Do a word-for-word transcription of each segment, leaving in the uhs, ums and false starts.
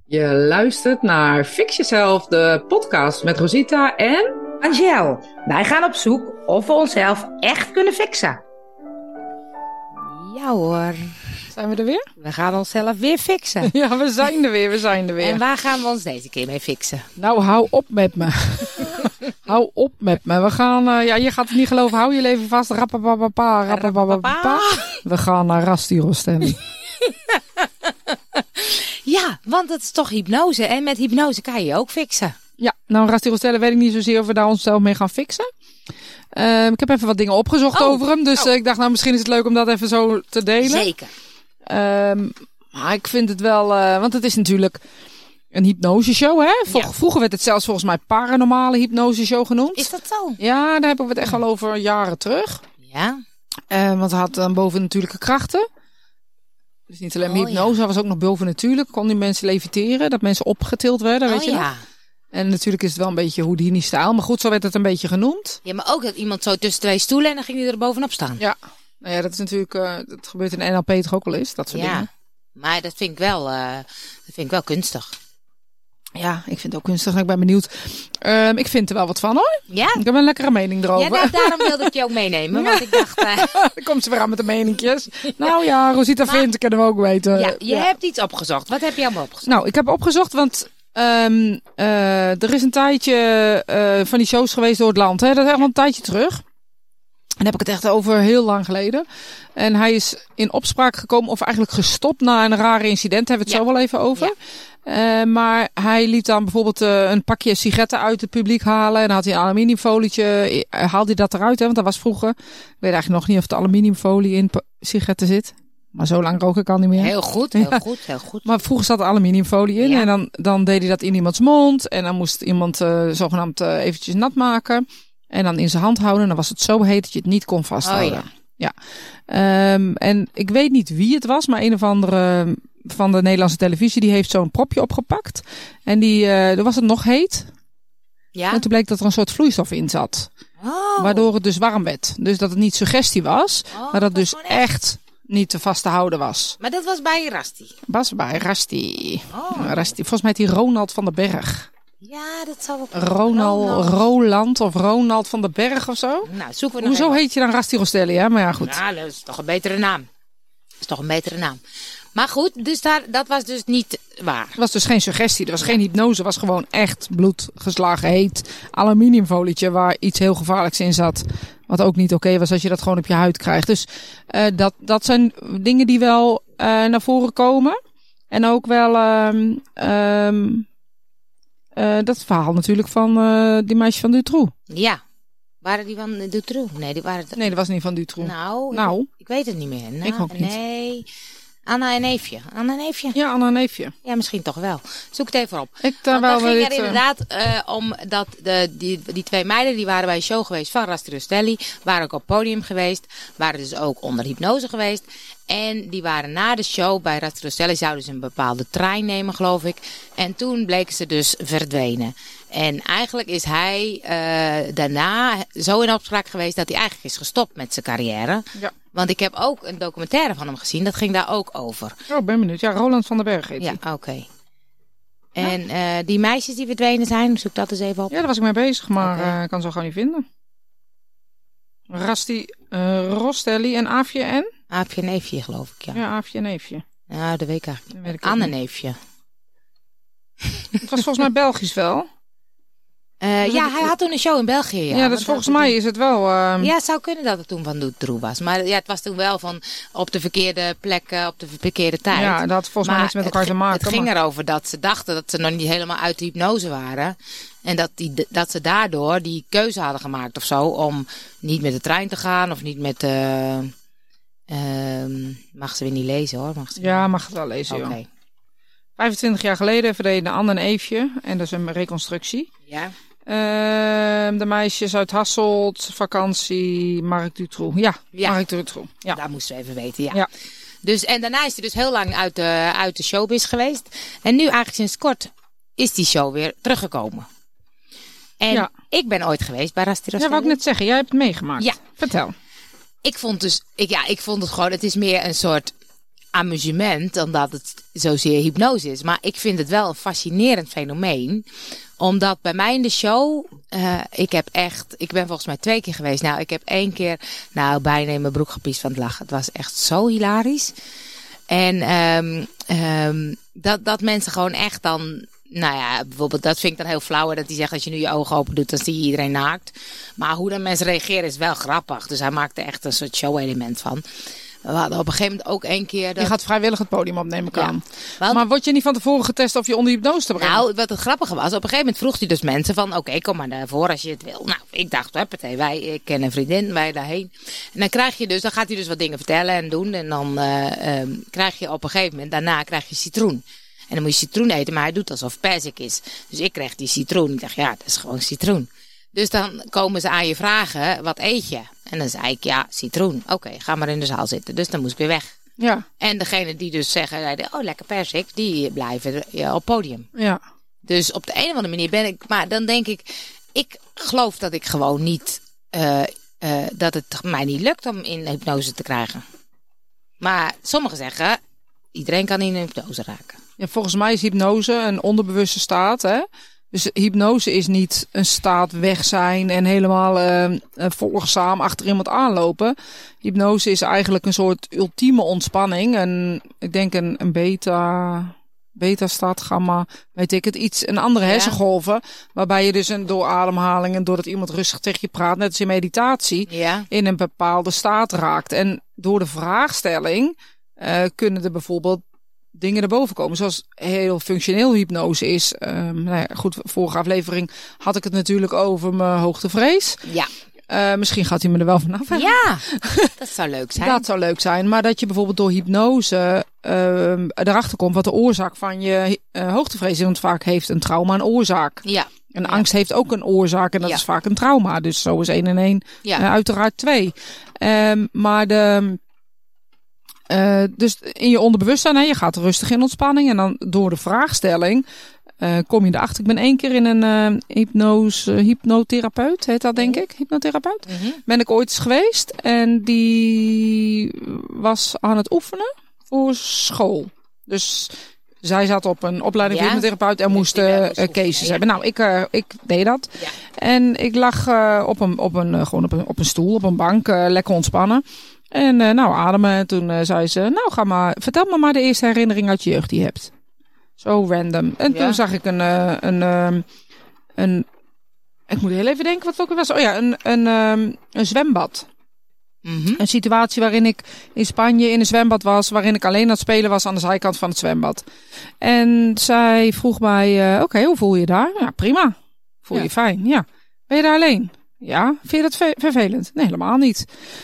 Je luistert naar Fix Jezelf, de podcast met Rosita en Angel. Wij gaan op zoek of we onszelf echt kunnen fixen. Ja hoor. Zijn we er weer? We gaan onszelf weer fixen. Ja, we zijn er weer, we zijn er weer. En waar gaan we ons deze keer mee fixen? Nou, hou op met me. Hou op met me. We gaan, uh, ja, je gaat het niet geloven. Hou je leven vast. Rappapapapa, rappapapapa. We gaan naar Rasti Rostelli. Ja, want het is toch hypnose. En met hypnose kan je je ook fixen. Ja, nou Rasti Rostelli weet ik niet zozeer of we daar onszelf mee gaan fixen. Uh, ik heb even wat dingen opgezocht oh, over hem. Dus oh. uh, ik dacht, nou misschien is het leuk om dat even zo te delen. Zeker. Um, maar ik vind het wel, uh, want het is natuurlijk een hypnoseshow, hè? Vol- ja. Vroeger werd het zelfs volgens mij paranormale hypnoseshow genoemd. Is dat zo? Ja, daar hebben we het echt al over jaren terug. Ja. Uh, want hij had dan bovennatuurlijke krachten. Dus niet alleen oh, hypnose, ja. hij was ook nog bovennatuurlijk. Kon die mensen leviteren, dat mensen opgetild werden, weet oh, je ja. nog? En natuurlijk is het wel een beetje Houdini-stijl. Maar goed, zo werd het een beetje genoemd. Ja, maar ook dat iemand zo tussen twee stoelen en dan ging hij er bovenop staan. Ja, nou ja, dat is natuurlijk, uh, dat gebeurt in N L P toch ook wel eens, dat soort ja. dingen. Maar dat vind ik wel, uh, dat vind ik wel kunstig. Ja, ik vind het ook kunstig en ik ben benieuwd. Um, ik vind er wel wat van hoor. Ja? Ik heb een lekkere mening erover. Ja, nou, daarom wilde ik je ook meenemen. Want ik dacht... Uh... Dan komt ze weer aan met de meninkjes. Nou ja, Rosita maar, vindt, kunnen we ook weten. Ja, je ja. hebt iets opgezocht. Wat heb je allemaal opgezocht? Nou, ik heb opgezocht, want um, uh, er is een tijdje uh, van die shows geweest door het land. Hè? Dat is echt wel een tijdje terug. En dan heb ik het echt over heel lang geleden. En hij is in opspraak gekomen of eigenlijk gestopt na een rare incident. Daar hebben we het ja. zo wel even over. Ja. Uh, maar hij liet dan bijvoorbeeld uh, een pakje sigaretten uit het publiek halen. En dan had hij een aluminiumfolietje. Haalde hij dat eruit, hè? Want dat was vroeger. Ik weet eigenlijk nog niet of de aluminiumfolie in p- sigaretten zit. Maar zo lang rook ik al niet meer. Heel goed, heel ja. goed, heel goed. Maar vroeger zat er aluminiumfolie in. Ja. En dan, dan deed hij dat in iemands mond. En dan moest iemand uh, zogenaamd uh, eventjes nat maken. En dan in zijn hand houden. En dan was het zo heet dat je het niet kon vasthouden. Oh, ja. ja. Um, en ik weet niet wie het was. Maar een of andere van de Nederlandse televisie. Die heeft zo'n propje opgepakt. En die, uh, dan was het nog heet. Ja. En toen bleek dat er een soort vloeistof in zat. Oh. Waardoor het dus warm werd. Dus dat het niet suggestie was. Oh, maar dat, dat dus echt... echt niet te vast te houden was. Maar dat was bij Rasti? Was bij Rasti. Oh. Rasti. Volgens mij heet hij Ronald van den Berg. Ja, dat zal wel. Ronald, Ronald. Roland of Ronald van den Berg of zo. Nou, zoeken we nog Hoezo even. heet je dan Rasti Rostelli, hè? Maar ja, goed. Ja, dat is toch een betere naam. Dat is toch een betere naam. Maar goed, dus daar, dat was dus niet waar. Het was dus geen suggestie, er was geen hypnose. Het was gewoon echt bloed geslagen heet aluminiumfolietje waar iets heel gevaarlijks in zat. Wat ook niet oké okay was als je dat gewoon op je huid krijgt. Dus uh, dat, dat zijn dingen die wel uh, naar voren komen. En ook wel um, um, uh, dat verhaal natuurlijk van uh, die meisje van Dutroux. Ja. Waren die van Dutroux? Nee, die waren... T- nee, dat was niet van Dutroux. Nou, nou. Ik, ik weet het niet meer. Nou, ik ook niet. Nee... Anna en Eefje. Anna en Eefje? Ja, Anna en Eefje. Ja, misschien toch wel. Zoek het even op. Ik daar wel ging dit, er inderdaad uh, om dat de, die, die twee meiden die waren bij een show geweest van Rasti Rostelli. Waren ook op het podium geweest. Waren dus ook onder hypnose geweest. En die waren na de show bij Rasti Rostelli. Zouden ze een bepaalde trein nemen, geloof ik. En toen bleken ze dus verdwenen. En eigenlijk is hij uh, daarna zo in opspraak geweest dat hij eigenlijk is gestopt met zijn carrière. Ja. Want ik heb ook een documentaire van hem gezien. Dat ging daar ook over. Oh, ben benieuwd. Ja, Roland van den Berg heet Ja, hij. oké. Okay. En uh, die meisjes die verdwenen zijn, zoek dat eens even op. Ja, daar was ik mee bezig, maar okay. uh, ik kan ze gewoon niet vinden. Rasti uh, Rostelli en Aafje en? Aafje en Eefje, geloof ik, ja. Ja, Aafje en Eefje. Ja, dat weet ik eigenlijk niet. Anne en Eefje. Het was volgens mij Belgisch wel. Uh, ja, hij had toen een show in België. Ja, ja dus volgens mij is het wel... Uh... Ja, het zou kunnen dat het toen van Dutroux was. Maar ja, het was toen wel van op de verkeerde plekken, op de verkeerde tijd. Ja, dat had volgens maar mij niks met elkaar het, te maken. Het ging maar... erover dat ze dachten dat ze nog niet helemaal uit de hypnose waren. En dat, die, dat ze daardoor die keuze hadden gemaakt of zo om niet met de trein te gaan of niet met... Uh, uh, mag ze weer niet lezen hoor. Mag ze ja, niet... mag het wel lezen, okay. joh. vijfentwintig jaar geleden verdwenen Anne en Eefje. En dat is een reconstructie. Ja. Uh, de meisjes uit Hasselt, vakantie, Mark Dutroux. Ja, ja. Mark Dutroux. Ja. Dat moesten we even weten, ja. ja. Dus, en daarna is hij dus heel lang uit de, uit de showbiz geweest. En nu eigenlijk sinds kort is die show weer teruggekomen. En ja. ik ben ooit geweest bij Rasti Rostelli. Ja, wou ik net zeggen. Jij hebt het meegemaakt. Ja. Vertel. Ik vond dus, ik, ja, ik vond het gewoon, het is meer een soort amusement, omdat het zozeer hypnose is. Maar ik vind het wel een fascinerend fenomeen. Omdat bij mij in de show, uh, ik heb echt, ik ben volgens mij twee keer geweest. Nou, ik heb één keer, nou, bijna in mijn broek gepiest van het lachen. Het was echt zo hilarisch. En um, um, dat, dat mensen gewoon echt dan, nou ja, bijvoorbeeld, dat vind ik dan heel flauw. Dat hij zegt, als je nu je ogen open doet, dan zie je iedereen naakt. Maar hoe dan mensen reageren is wel grappig. Dus hij maakt er echt een soort show-element van. We hadden op een gegeven moment ook één keer... Dat... Je gaat vrijwillig het podium opnemen, kan. Ja, want... Maar word je niet van tevoren getest of je onder hypnose te brengen? Nou, wat het grappige was, op een gegeven moment vroeg hij dus mensen van... Oké, okay, kom maar daarvoor als je het wil. Nou, ik dacht, huppatee, wij, ik ken een vriendin, wij daarheen. En dan krijg je dus, dan gaat hij dus wat dingen vertellen en doen. En dan uh, um, krijg je op een gegeven moment, daarna krijg je citroen. En dan moet je citroen eten, maar hij doet alsof perzik is. Dus ik kreeg die citroen. Ik dacht, ja, dat is gewoon citroen. Dus dan komen ze aan je vragen, wat eet je? En dan zei ik, ja, citroen. Oké, okay, ga maar in de zaal zitten. Dus dan moest ik weer weg. Ja. En degene die dus zeggen, oh, lekker persik, die blijven ja, op podium. Ja. Dus op de een of andere manier ben ik, maar dan denk ik, ik geloof dat ik gewoon niet, uh, uh, dat het mij niet lukt om in hypnose te krijgen. Maar sommigen zeggen, iedereen kan in hypnose raken. Ja, volgens mij is hypnose een onderbewuste staat, hè? Dus hypnose is niet een staat weg zijn en helemaal uh, volgzaam achter iemand aanlopen. Hypnose is eigenlijk een soort ultieme ontspanning. En ik denk een, een beta, beta staat, gamma, weet ik het, iets, een andere hersengolven. Ja. Waarbij je dus een, door ademhaling en doordat iemand rustig tegen je praat, net als in meditatie, ja. in een bepaalde staat raakt. En door de vraagstelling uh, kunnen er bijvoorbeeld dingen erboven komen, zoals heel functioneel hypnose is. Um, nou ja, goed, vorige aflevering had ik het natuurlijk over mijn hoogtevrees. Ja. Uh, misschien gaat hij me er wel vanaf. Ja, dat zou leuk zijn. Dat zou leuk zijn, maar dat je bijvoorbeeld door hypnose uh, erachter komt wat de oorzaak van je uh, hoogtevrees is. Want vaak heeft een trauma een oorzaak. Ja. En ja. angst heeft ook een oorzaak en dat ja. is vaak een trauma. Dus zo is één en één ja. uh, uiteraard twee. Um, maar de... Uh, dus in je onderbewustzijn, hè, je gaat rustig in ontspanning. En dan door de vraagstelling uh, kom je erachter. Ik ben één keer in een uh, hypnose, uh, hypnotherapeut, heet dat denk ik. Hypnotherapeut. Mm-hmm. Ben ik ooit eens geweest. En die was aan het oefenen voor school. Dus zij zat op een opleiding ja. hypnotherapeut en moest uh, cases ja. hebben. Nou, ik, uh, ik deed dat. Ja. En ik lag uh, op een, op een, uh, gewoon op een, op een stoel, op een bank, uh, lekker ontspannen. En uh, nou, ademen. En toen uh, zei ze, nou ga maar, vertel me maar de eerste herinnering uit je jeugd die je hebt. Zo random. En ja. toen zag ik een, uh, een, um, een, ik moet heel even denken wat het ook was. Oh ja, een, een, um, een zwembad. Mm-hmm. Een situatie waarin ik in Spanje in een zwembad was, waarin ik alleen aan het spelen was aan de zijkant van het zwembad. En zij vroeg mij, uh, oké, okay, hoe voel je daar? Ja, prima. Voel je ja. fijn? Ja. Ben je daar alleen? Ja. Vind je dat ver- vervelend? Nee, helemaal niet.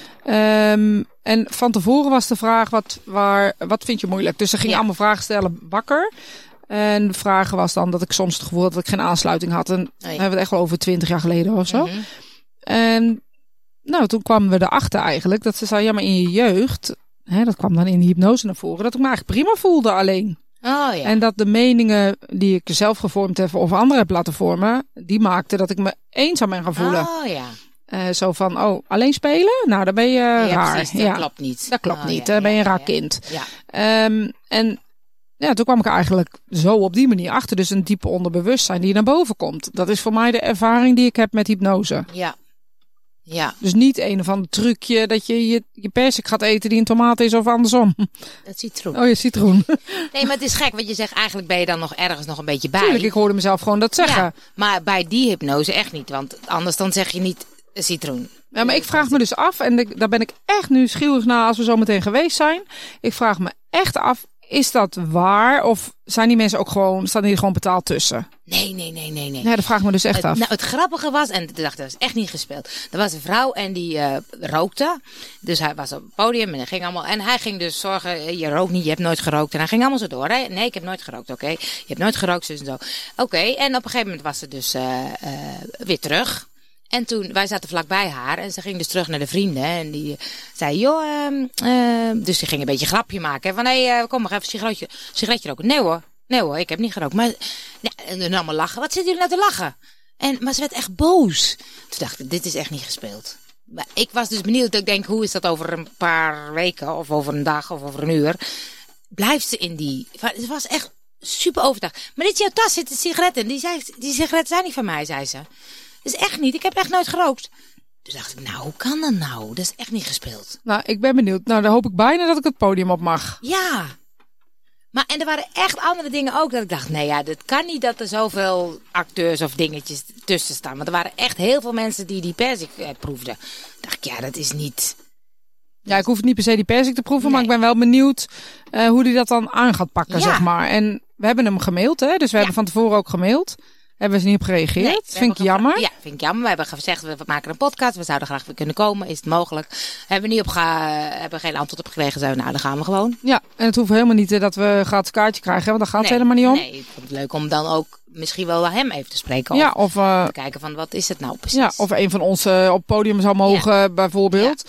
Um, en van tevoren was de vraag, wat, waar, wat vind je moeilijk? Dus ze ging ja. allemaal vragen stellen wakker. En de vraag was dan dat ik soms het gevoel had dat ik geen aansluiting had. En nee. dan hebben we het echt wel over twintig jaar geleden of zo. Mm-hmm. En nou, toen kwamen we erachter eigenlijk dat ze zei, ja, maar in je jeugd, hè, dat kwam dan in de hypnose naar voren, dat ik me eigenlijk prima voelde alleen. Oh, ja. En dat de meningen die ik zelf gevormd heb of anderen heb laten vormen, die maakten dat ik me eenzaam ben gaan voelen. Oh ja. Uh, zo van, oh, alleen spelen? Nou, dan ben je ja, raar. Precies, dat ja, klopt niet. Dat klopt oh, niet. Ja, Dan ben je ja, een raar ja, kind. Ja. Um, en ja, toen kwam ik er eigenlijk zo op die manier achter. Dus een diepe onderbewustzijn die naar boven komt. Dat is voor mij de ervaring die ik heb met hypnose. Ja. Ja. Dus niet een of ander trucje dat je je, je persik gaat eten die een tomaat is of andersom. Dat citroen. Oh, je citroen. Nee, maar het is gek, want je zegt eigenlijk ben je dan nog ergens nog een beetje bij. Tuurlijk, ik hoorde mezelf gewoon dat zeggen. Ja, maar bij die hypnose echt niet, want anders dan zeg je niet citroen. Ja, maar ik vraag me dus af, en daar ben ik echt nieuwsgierig naar als we zo meteen geweest zijn. Ik vraag me echt af, is dat waar? Of zijn die mensen ook gewoon, staan die gewoon betaald tussen? Nee, nee, nee, nee, nee. Nee, dat vraag ik me dus echt het, af. Nou, het grappige was, en ik dacht, dat was echt niet gespeeld. Er was een vrouw en die uh, rookte. Dus hij was op het podium en hij ging allemaal, en hij ging dus zorgen, je rookt niet, je hebt nooit gerookt. En hij ging allemaal zo door. Hè? Nee, ik heb nooit gerookt, oké. Okay. Je hebt nooit gerookt, dus en zo. Oké, okay. En op een gegeven moment was ze dus uh, uh, weer terug. En toen, wij zaten vlakbij haar en ze ging dus terug naar de vrienden. En die zei, joh, uh, uh, dus die ging een beetje een grapje maken. Van, hé, hey, uh, kom maar even een sigaretje, sigaretje roken. Nee hoor, nee hoor, ik heb niet gerookt. Maar, ja, en dan allemaal lachen. Wat zitten jullie nou te lachen? En, maar ze werd echt boos. Toen dacht ik, dit is echt niet gespeeld. Maar ik was dus benieuwd. Ik denk, hoe is dat over een paar weken of over een dag of over een uur? blijft ze in die... Het was echt super overtuigd. Maar dit jouw tas zitten sigaretten. Die, zei, die sigaretten zijn niet van mij, zei ze. Dat is echt niet. Ik heb echt nooit gerookt. Toen dacht ik, nou, hoe kan dat nou? Dat is echt niet gespeeld. Nou, ik ben benieuwd. Nou, dan hoop ik bijna dat ik het podium op mag. Ja. Maar, en er waren echt andere dingen ook. Dat ik dacht, nee ja, dat kan niet dat er zoveel acteurs of dingetjes tussen staan. Want er waren echt heel veel mensen die die persik eh, proefden. Dacht ik, ja, dat is niet... Ja, ik hoef het niet per se die persik te proeven, Nee. maar ik ben wel benieuwd uh, hoe hij dat dan aan gaat pakken, Ja. zeg maar. En we hebben hem gemaild, hè? Dus we Ja. hebben van tevoren ook gemaild. Hebben we er niet op gereageerd. Nee, Dat we vind ik hebben jammer. gevra- Ja, vind ik jammer. We hebben gezegd, we maken een podcast. We zouden graag weer kunnen komen. Is het mogelijk? Hebben we niet op ga- hebben geen antwoord op gekregen. Zeiden we, nou, dan gaan we gewoon. Ja, en het hoeft helemaal niet uh, dat we een gratis kaartje krijgen, hè, want daar gaat het Nee, helemaal niet om. Nee, ik vond het leuk om dan ook misschien wel hem even te spreken. Of Ja, of, uh, te kijken van, wat is het nou precies? ja, of een van ons uh, op het podium zou mogen, bijvoorbeeld.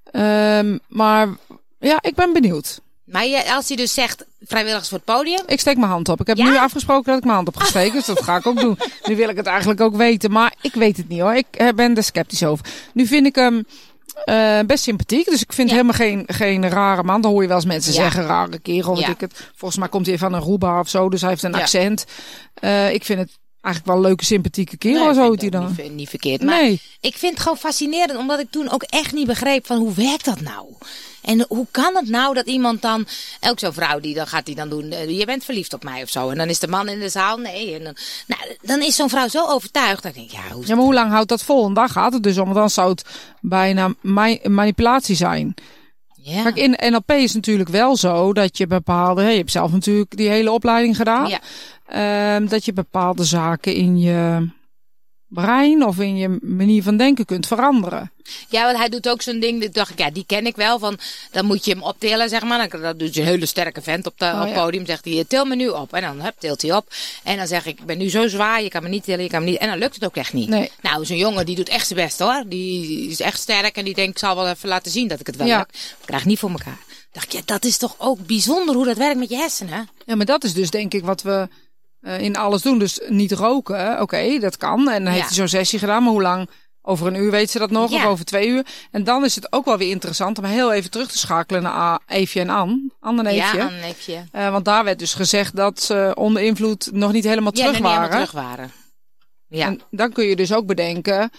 Um, maar ja, ik ben benieuwd. Maar je, als hij dus zegt, vrijwilligers voor het podium. Ik steek mijn hand op. Ik heb Ja? nu afgesproken dat ik mijn hand op ga steken. Dus dat ga ik ook doen. Nu wil ik het eigenlijk ook weten. Maar ik weet het niet hoor. Ik uh, ben er sceptisch over. Nu vind ik hem uh, best sympathiek. Dus ik vind Ja. helemaal geen, geen rare man. Dan hoor je wel eens mensen Ja. zeggen, rare kerel. Weet Ja. ik het. Volgens mij komt hij van een Aruba of zo. Dus hij heeft een Ja. accent. Uh, ik vind het eigenlijk wel een leuke, sympathieke kerel. Nee, zo vind hoort hij ik ook dan. Niet, niet verkeerd. Maar Nee. ik vind het gewoon fascinerend. Omdat ik toen ook echt niet begreep van, hoe werkt dat nou? En hoe kan het nou dat iemand dan, elk zo'n vrouw die dan gaat die dan doen, uh, je bent verliefd op mij of zo. En dan is de man in de zaal, nee. En dan, nou, dan is zo'n vrouw zo overtuigd. Dan denk ik, ja, hoe Ja, maar hoe lang houdt dat vol? En daar gaat het dus om. Want dan zou het bijna ma- manipulatie zijn. ja. Kijk, in N L P is het natuurlijk wel zo dat je bepaalde... Je hebt zelf natuurlijk die hele opleiding gedaan. Ja. Um, dat je bepaalde zaken in je brein of in je manier van denken kunt veranderen. Ja, want hij doet ook zo'n ding. Dat dacht ik, ja, die ken ik wel. Van, dan moet je hem optillen, zeg maar. Dan, dat doet een hele sterke vent op, de, Oh, op het ja. podium. Zegt hij, til me nu op. En dan hup, tilt hij op. En dan zeg ik, ik ben nu zo zwaar. Je kan me niet tillen, je kan me niet. En dan lukt het ook echt niet. Nee. Nou, zo'n jongen die doet echt zijn best hoor. Die is echt sterk. En die denkt, ik zal wel even laten zien dat ik het wel Ja. lukt. Ik krijg niet voor elkaar. Dacht ik, ja, dat is toch ook bijzonder hoe dat werkt met je hersenen. Ja, maar dat is dus denk ik wat we uh, in alles doen. Dus niet roken, oké, okay, dat kan. En dan heeft Ja. hij zo'n sessie gedaan. Maar hoe lang? Over een uur weet ze dat nog, Ja. of over twee uur. En dan is het ook wel weer interessant om heel even terug te schakelen naar A- Eefje en Ann. Ann en Eefje. Ja, een neefje. Uh, want daar werd dus gezegd dat ze onder invloed nog niet helemaal Ja, terug nog niet waren. helemaal terug waren. Ja. En dan kun je dus ook bedenken,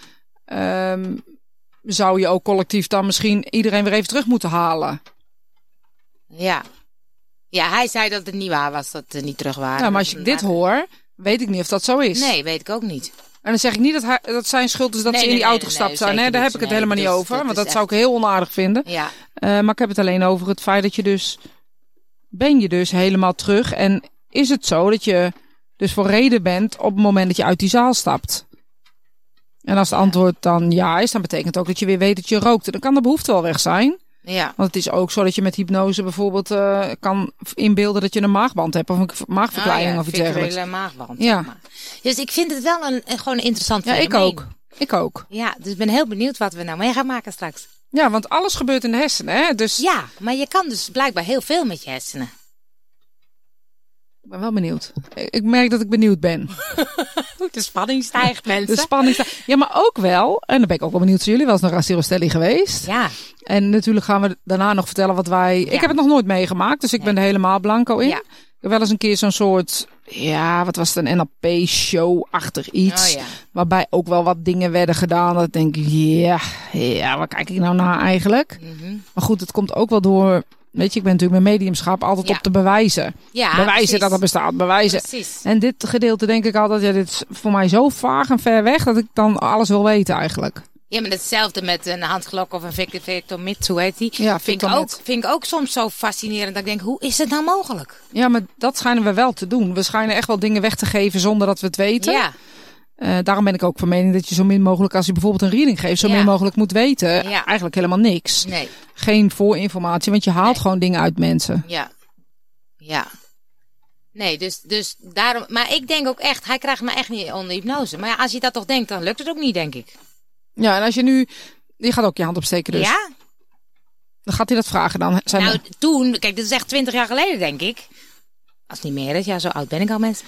um, zou je ook collectief dan misschien iedereen weer even terug moeten halen? Ja. Ja, hij zei dat het niet waar was, dat ze niet terug waren. Ja, maar als ik dit hoor, weet ik niet of dat zo is. Nee, weet ik ook niet. En dan zeg ik niet dat, hij, dat zijn schuld is dat Nee, ze in nee, die nee, auto nee, gestapt nee, zijn. zeker Hè? Daar niet. heb ik het Nee, helemaal niet dus over, dat want is dat zou ik heel onaardig vinden. Ja. Uh, maar ik heb het alleen over het feit dat je dus, ben je dus helemaal terug. En is het zo dat je dus voor reden bent op het moment dat je uit die zaal stapt? En als het antwoord dan ja is, dan betekent het ook dat je weer weet dat je rookt. En dan kan de behoefte wel weg zijn. Ja. Want het is ook zo dat je met hypnose bijvoorbeeld uh, kan inbeelden dat je een maagband hebt. Of een maagverkleining oh, ja, of iets dergelijks. virtuele maagband. Ja. Zeg maar. Dus ik vind het wel een, een, gewoon een interessant Ja, ik fenomeen. ook. Ik ook. Ja, dus ik ben heel benieuwd wat we nou mee gaan maken straks. Ja, want alles gebeurt in de hersenen. Hè? Dus Ja, maar je kan dus blijkbaar heel veel met je hersenen. ik ben wel benieuwd. Ik merk dat ik benieuwd ben. De spanning stijgt, mensen. De spanning staat. Ja, maar ook wel, en dan ben ik ook wel benieuwd, zijn jullie wel eens naar Rasti Rostelli geweest? Ja. En natuurlijk gaan we daarna nog vertellen wat wij... Ja. Ik heb het nog nooit meegemaakt, dus ik Nee. ben er helemaal blanco in. Ja. Ik heb wel eens een keer zo'n soort, ja, wat was het, een N L P-show-achtig iets. Oh ja. Waarbij ook wel wat dingen werden gedaan. Dat ik denk, ja, ja, waar kijk ik nou naar eigenlijk? Mhm. Maar goed, het komt ook wel door... Weet je, ik ben natuurlijk met mediumschap altijd Ja. op te bewijzen. Ja, bewijzen precies. dat het bestaat, bewijzen. Precies. En dit gedeelte denk ik altijd, ja, dit is voor mij zo vaag en ver weg dat ik dan alles wil weten eigenlijk. Ja, maar hetzelfde met een handklok of een Victor Victormits, hoe heet die? Ja, vind ik, Victormits. ook, vind ik ook soms zo fascinerend. Dat ik denk, hoe is het nou mogelijk? Ja, maar dat schijnen we wel te doen. We schijnen echt wel dingen weg te geven zonder dat we het weten. Ja, Uh, daarom ben ik ook van mening dat je zo min mogelijk, als je bijvoorbeeld een reading geeft, zo Ja. min mogelijk moet weten. Ja. Eigenlijk helemaal niks. nee, Geen voorinformatie, want je haalt Nee. gewoon dingen uit mensen. ja, ja. Nee, dus, dus daarom... Maar ik denk ook echt, hij krijgt me echt niet onder hypnose. Maar ja, als je dat toch denkt, dan lukt het ook niet, denk ik. Ja, en als je nu, je gaat ook je hand opsteken dus. Ja? Dan gaat hij dat vragen dan. Zijn Nou, er- toen, kijk, dit is echt twintig jaar geleden, denk ik. Als het niet meer is, ja, zo oud ben ik al, mensen.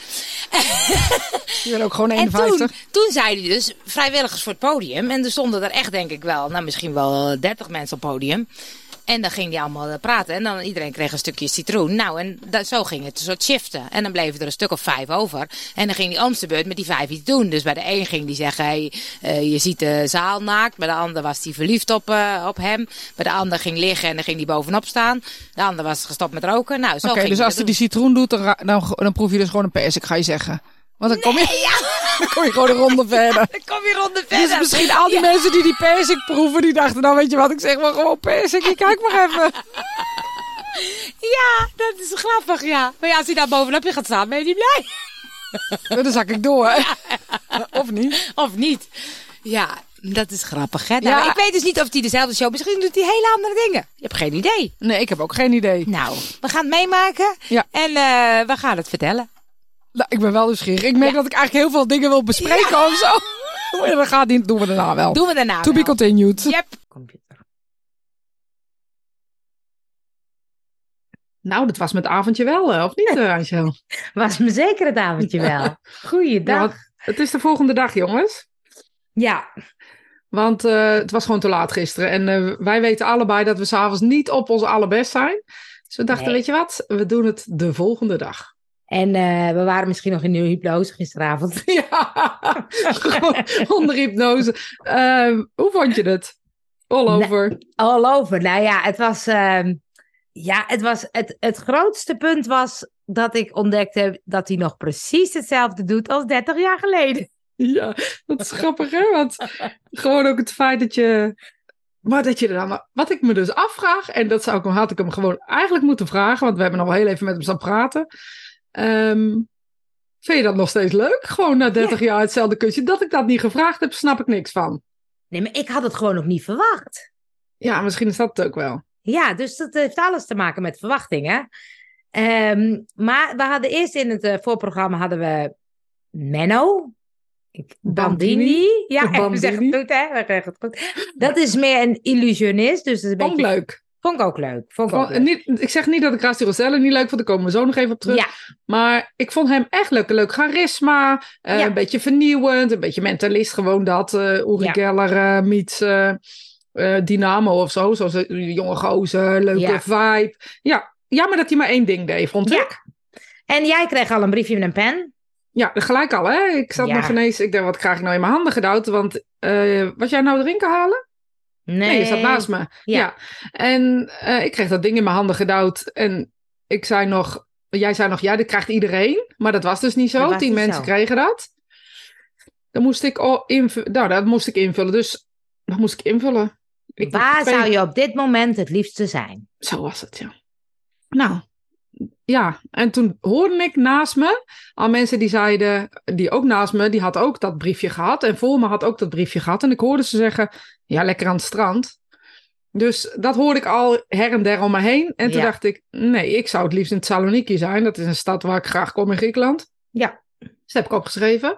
je wil ook gewoon En eenenvijftig. toen, toen zei hij dus vrijwilligers voor het podium. En er stonden er echt, denk ik wel, nou misschien wel dertig mensen op het podium. En dan ging hij allemaal uh, praten. En dan iedereen kreeg een stukje citroen. Nou, en dat, zo ging het een soort shiften. En dan bleven er een stuk of vijf over. En dan ging hij om zijn beurt met die vijf iets doen. Dus bij de een ging die zeggen, hey, uh, je ziet de zaal naakt. Bij de ander was hij verliefd op, uh, op hem. Bij de ander ging liggen en dan ging hij bovenop staan. De ander was gestopt met roken. Nou, zo Oké, ging dus als hij doen. die citroen doet, dan, ra- dan, dan proef je dus gewoon een persik, ga je zeggen. Want dan kom je, Nee, ja. dan kom je gewoon een ronde verder. Dan kom je rond de verder. Dus misschien al die Ja. mensen die die persik proeven, die dachten, nou weet je wat, ik zeg maar gewoon persik, kijk maar even. Ja, dat is grappig, ja. Maar ja, als hij daar bovenop je gaat staan, ben je niet blij. Dan zak ik door, hè. Of niet? Of niet. Ja, dat is grappig, hè? Nou, Ja. ik weet dus niet of hij dezelfde show... Misschien doet hij hele andere dingen. Je hebt geen idee. Nee, ik heb ook geen idee. Nou, we gaan het meemaken. Ja. En uh, we gaan het vertellen. Nou, ik ben wel nieuwsgierig. Ik merk Ja. dat ik eigenlijk heel veel dingen wil bespreken of zo. Maar dat gaat niet, doen we daarna wel. Doen we daarna To be wel. continued. Yep. Nou, dat was met het avondje wel, of niet, uh, Angel? Was me zeker het avondje wel. Goeiedag. Ja, want het is de volgende dag, jongens. Ja, Want uh, het was gewoon te laat gisteren. En uh, wij weten allebei dat we s'avonds niet op ons allerbest zijn. Dus we dachten, Nee. weet je wat? We doen het de volgende dag. en uh, we waren misschien nog in de hypnose gisteravond. Ja, gewoon onder hypnose. Uh, hoe vond je het? All Nee. over. All over. Nou ja, het was... ehm, ja, het was... Het, het grootste punt was dat ik ontdekte dat hij nog precies hetzelfde doet als dertig jaar geleden. Ja, dat is grappig, hè? Want gewoon ook het feit dat je... Maar dat je er dan... Wat ik me dus afvraag, en dat zou ik, had ik hem gewoon eigenlijk moeten vragen, want we hebben nog wel heel even met hem staan praten. Um, vind je dat nog steeds leuk? Gewoon na dertig jaar hetzelfde kusje. Dat ik dat niet gevraagd heb, snap ik niks van. Nee, maar ik had het gewoon nog niet verwacht. Ja, misschien is dat het ook wel. Ja, dus dat heeft alles te maken met verwachtingen. Um, maar we hadden eerst in het uh, voorprogramma hadden we Menno. Ik, Bandini. Bandini. Ja, Bandini. we zeggen het goed, hè? We zeggen het goed. Dat is meer een illusionist. Dus dat is een Vond ik beetje... leuk. Vond ik ook leuk. Vond ik ook Gewoon, leuk. niet, ik zeg niet dat ik Rasti Roselle niet leuk vond, daar komen we zo nog even op terug. Ja, Maar ik vond hem echt leuk. Leuk charisma, uh, Ja. een beetje vernieuwend, een beetje mentalist. Gewoon dat uh, Uri Ja. Geller uh, meets uh, uh, Dynamo of zo. Zoals een jonge gozer, leuke Ja. vibe. Ja, jammer dat hij maar één ding deed, vond Ja. ik. en jij kreeg al een briefje met een pen. Ja, gelijk al, hè. Ik zat Ja. nog ineens, ik dacht, wat krijg ik nou in mijn handen gedouwd? Want, uh, was jij nou drinken halen? Nee, Nee, je zat naast me. Ja. Ja. En uh, ik kreeg dat ding in mijn handen gedouwd. En ik zei nog... Jij zei nog, ja, dit krijgt iedereen. Maar dat was dus niet Dat zo. was Tien niet mensen zo. kregen dat. Dan moest ik al invullen. Nou, dat moest ik invullen. Dus dat moest ik invullen. Ik Waar twee- zou je op dit moment het liefste zijn? Zo was het, ja. Nou, ja. En toen hoorde ik naast me al mensen die zeiden... Die ook naast me, die had ook dat briefje gehad. En voor me had ook dat briefje gehad. En ik hoorde ze zeggen, ja, lekker aan het strand. Dus dat hoorde ik al her en der om me heen. En toen Ja. dacht ik, nee, ik zou het liefst in Thessaloniki zijn. Dat is een stad waar ik graag kom in Griekenland. Ja. Dus dat heb ik opgeschreven.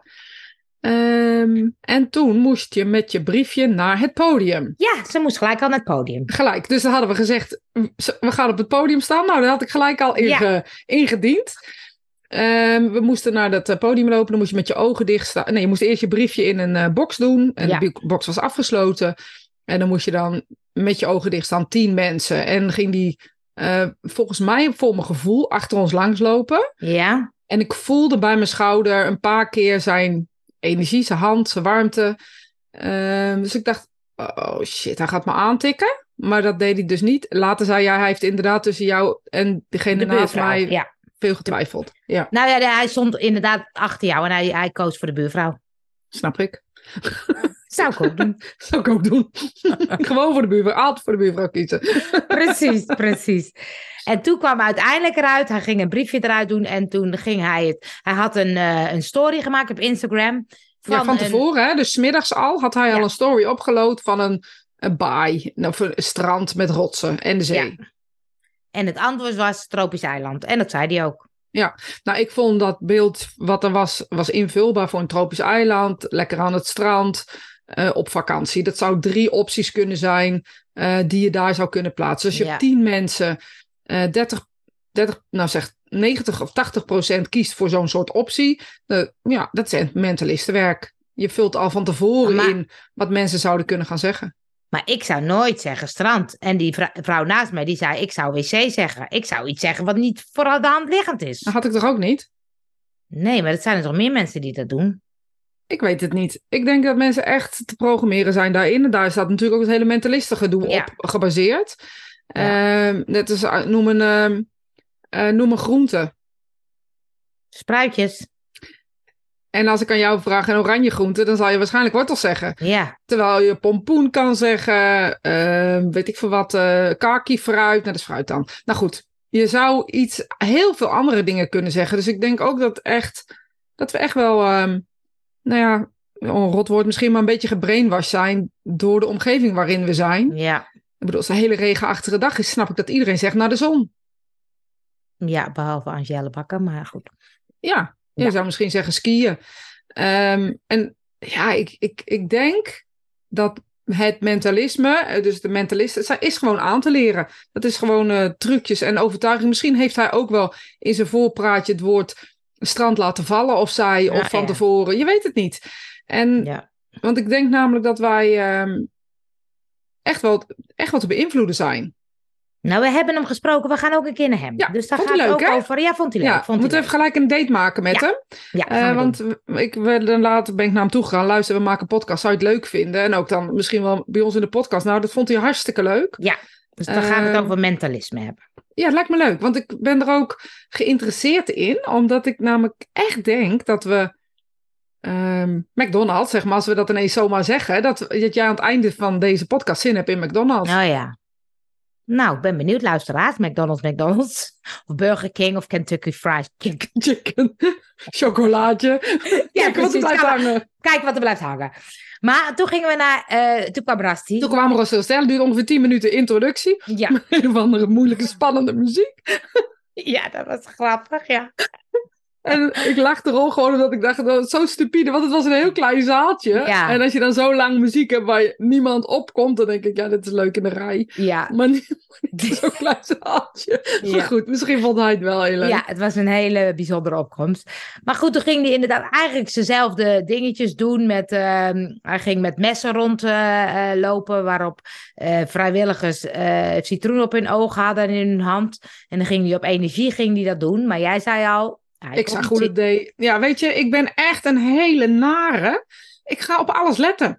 Um, en toen moest je met je briefje naar het podium. Ja, ze moest gelijk al naar het podium. Gelijk. Dus dan hadden we gezegd, we gaan op het podium staan. Nou, dat had ik gelijk al inge, Ja. ingediend. Um, we moesten naar dat uh, podium lopen. Dan moest je met je ogen dicht staan. Nee, je moest eerst je briefje in een uh, box doen. En Ja. de box was afgesloten. En dan moest je dan met je ogen dicht staan, tien mensen. En ging die, uh, volgens mij, voor mijn gevoel, achter ons langslopen. Ja. En ik voelde bij mijn schouder een paar keer zijn energie, zijn hand, zijn warmte. Um, dus ik dacht, oh shit, hij gaat me aantikken. Maar dat deed hij dus niet. Later zei jij, hij heeft inderdaad tussen jou en degene De naast buurvrouw. mij Ja. veel getwijfeld. Ja, Nou ja, de- hij stond inderdaad achter jou en hij, hij koos voor de buurvrouw. snap ik. Zou ik ook doen. Zou ik ook doen. Gewoon voor de buurvrouw, altijd voor de buurvrouw kiezen. Precies, precies. En toen kwam uiteindelijk eruit, hij ging een briefje eruit doen en toen ging hij het... Hij had een, uh, een story gemaakt op Instagram. Van, Ja, van een- tevoren, hè? Dus 's middags al had hij al Ja. een story opgeload van een, een baai. Of een strand met rotsen en de zee. Ja. En het antwoord was tropisch eiland. En dat zei hij ook. Nou, ik vond dat beeld wat er was, was invulbaar voor een tropisch eiland. Lekker aan het strand, uh, op vakantie. Dat zou drie opties kunnen zijn uh, die je daar zou kunnen plaatsen. Dus je Ja. hebt tien mensen, uh, dertig, dertig, nou zeg negentig of tachtig procent kiest voor zo'n soort optie. Uh, ja, dat is mentalistenwerk. Je vult al van tevoren Maar- in wat mensen zouden kunnen gaan zeggen. Maar ik zou nooit zeggen strand. En die vrou- vrouw naast mij, die zei, ik zou wc zeggen. Ik zou iets zeggen wat niet voor de hand liggend is. Dat had ik toch ook niet? Nee, maar er zijn er toch meer mensen die dat doen? Ik weet het niet. Ik denk dat mensen echt te programmeren zijn daarin. En daar staat natuurlijk ook het hele mentalistengedoe Ja. op gebaseerd. Ja. Ehm, net als uh, noem een, ehm, eh, noem een groente. Spruitjes. En als ik aan jou vraag een oranje groente, dan zal je waarschijnlijk wortels zeggen. Ja. Terwijl je pompoen kan zeggen, ehm, weet ik veel wat, uh, kaki fruit. Nou, dat is fruit dan. Nou goed, je zou iets, heel veel andere dingen kunnen zeggen. Dus ik denk ook dat echt, dat we echt wel, ehm, nou ja, een rot woord misschien, maar een beetje gebrainwashed zijn door de omgeving waarin we zijn. Ja. Ik bedoel, als het een hele regenachtige dag is, snap ik dat iedereen zegt naar de zon. Ja, behalve Angèle Bakker, maar goed. Ja, je Ja. zou misschien zeggen skiën. Ehm, en ja, ik, ik, ik denk dat het mentalisme, eh, dus de mentalist, het is gewoon aan te leren. Dat is gewoon eh, trucjes en overtuiging. Misschien heeft hij ook wel in zijn voorpraatje het woord strand laten vallen of zij, Ja, of van ja. tevoren. Je weet het niet. En, Ja. Want ik denk namelijk dat wij ehm, echt, wel, echt wel te beïnvloeden zijn. Nou, we hebben hem gesproken. We gaan ook een keer naar hem. Ja, dus daar vond gaat hij het leuk, ook hè? over. Ja, vond hij leuk. Ja, vond we hij moeten leuk. even gelijk een date maken met Ja. hem. Ja, Eh, gaan we want doen. ik ben, dan later ben ik naar hem toe gegaan. Luister, we maken een podcast. Zou je het leuk vinden? En ook dan misschien wel bij ons in de podcast. Nou, dat vond hij hartstikke leuk. Ja, dus dan gaan we het Ehm, over mentalisme hebben. Ja, het lijkt me leuk. Want ik ben er ook geïnteresseerd in. Omdat ik namelijk echt denk dat we... ehm, McDonald's, zeg maar, als we dat ineens zomaar zeggen... Dat, dat jij aan het einde van deze podcast zin hebt in McDonald's. Nou ja. Nou, ik ben benieuwd, luisteraars. McDonald's, McDonald's. Of Burger King of Kentucky Fried Chicken. Chicken, chocolaatje. Kijk wat er precies. blijft Ga maar- hangen. Kijk wat er blijft hangen. Maar toen gingen we naar... eh, toen kwam Rasti. Toen kwamen we al stellen. duurde ongeveer tien minuten introductie. Ja. Een of andere moeilijke, spannende muziek. ja, dat was grappig, ja. En ik lachte erom gewoon omdat ik dacht, dat was zo stupide, want het was een heel klein zaaltje. Ja. En als je dan zo lang muziek hebt waar je- niemand opkomt, dan denk ik, ja, dit is leuk in de rij. Ja. Maar niet niet zo'n klein zaaltje. Ja. Maar goed, misschien vond hij het wel heel leuk. Ja, het was een hele bijzondere opkomst. Maar goed, toen ging hij inderdaad eigenlijk dezelfde dingetjes doen. Met, ehm, hij ging met messen rondlopen, lopen, waarop eh, vrijwilligers eh, citroen op hun ogen hadden in hun hand. En dan ging hij op energie ging hij dat doen. Maar jij zei al... hij Ik kon zag niet hoe het deed. Ja, weet je, ik ben echt een hele nare. Ik ga op alles letten.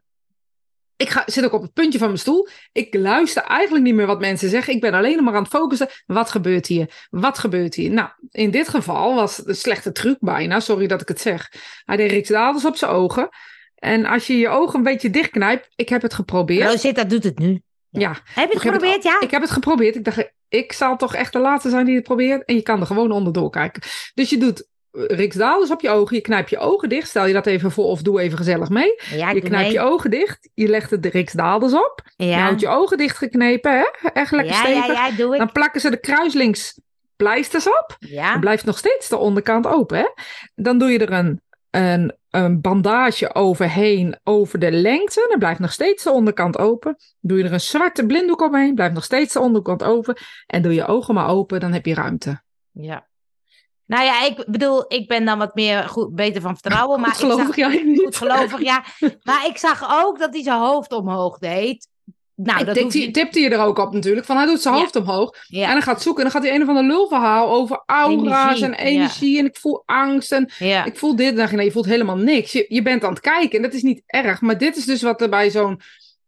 Ik ga, zit ook op het puntje van mijn stoel. Ik luister eigenlijk niet meer wat mensen zeggen. Ik ben alleen maar aan het focussen. Wat gebeurt hier? Wat gebeurt hier? Nou, in dit geval was het een slechte truc bijna. Sorry dat ik het zeg. Hij deed Rijksdaalders op zijn ogen. En als je je ogen een beetje dichtknijpt. Ik heb het geprobeerd. Rosita doet het nu. Ja. Heb je het Ik heb het geprobeerd, ja? Ik heb het geprobeerd. Ik dacht, ik zal toch echt de laatste zijn die het probeert. En je kan er gewoon onderdoor kijken. Dus je doet Rijksdaalders op je ogen. Je knijpt je ogen dicht. Stel je dat even voor of doe even gezellig mee. Ja, ik Je doe knijpt mee. je ogen dicht. Je legt de Rijksdaalders op. Je Ja, houdt je ogen dicht geknepen. Hè? Echt lekker ja, stevig. ja, ja, doe ik. Dan plakken ze de kruislinks pleisters op. Ja, Dan blijft nog steeds de onderkant open. Hè? Dan doe je er een, een, een bandage overheen over de lengte. Dan blijft nog steeds de onderkant open. Doe je er een zwarte blinddoek omheen. Blijft nog steeds de onderkant open. En doe je ogen maar open. Dan heb je ruimte. ja. Nou ja, ik bedoel, ik ben dan wat meer goed, beter van vertrouwen. Maar Goed gelovig ik zag, jij niet. goed gelovig, ja. Maar ik zag ook dat hij zijn hoofd omhoog deed. Nou, Ik dat tipt hoeft hij, niet. tipte je er ook op natuurlijk. Van hij doet zijn Ja. hoofd omhoog. Ja, En dan gaat zoeken. En dan gaat hij een of ander lulverhaal over aura's Energie, en energie. En ik voel angst. En ja, ik voel dit. En dan denk je, nee, je voelt helemaal niks. Je, je bent aan het kijken. En dat is niet erg. Maar dit is dus wat er bij zo'n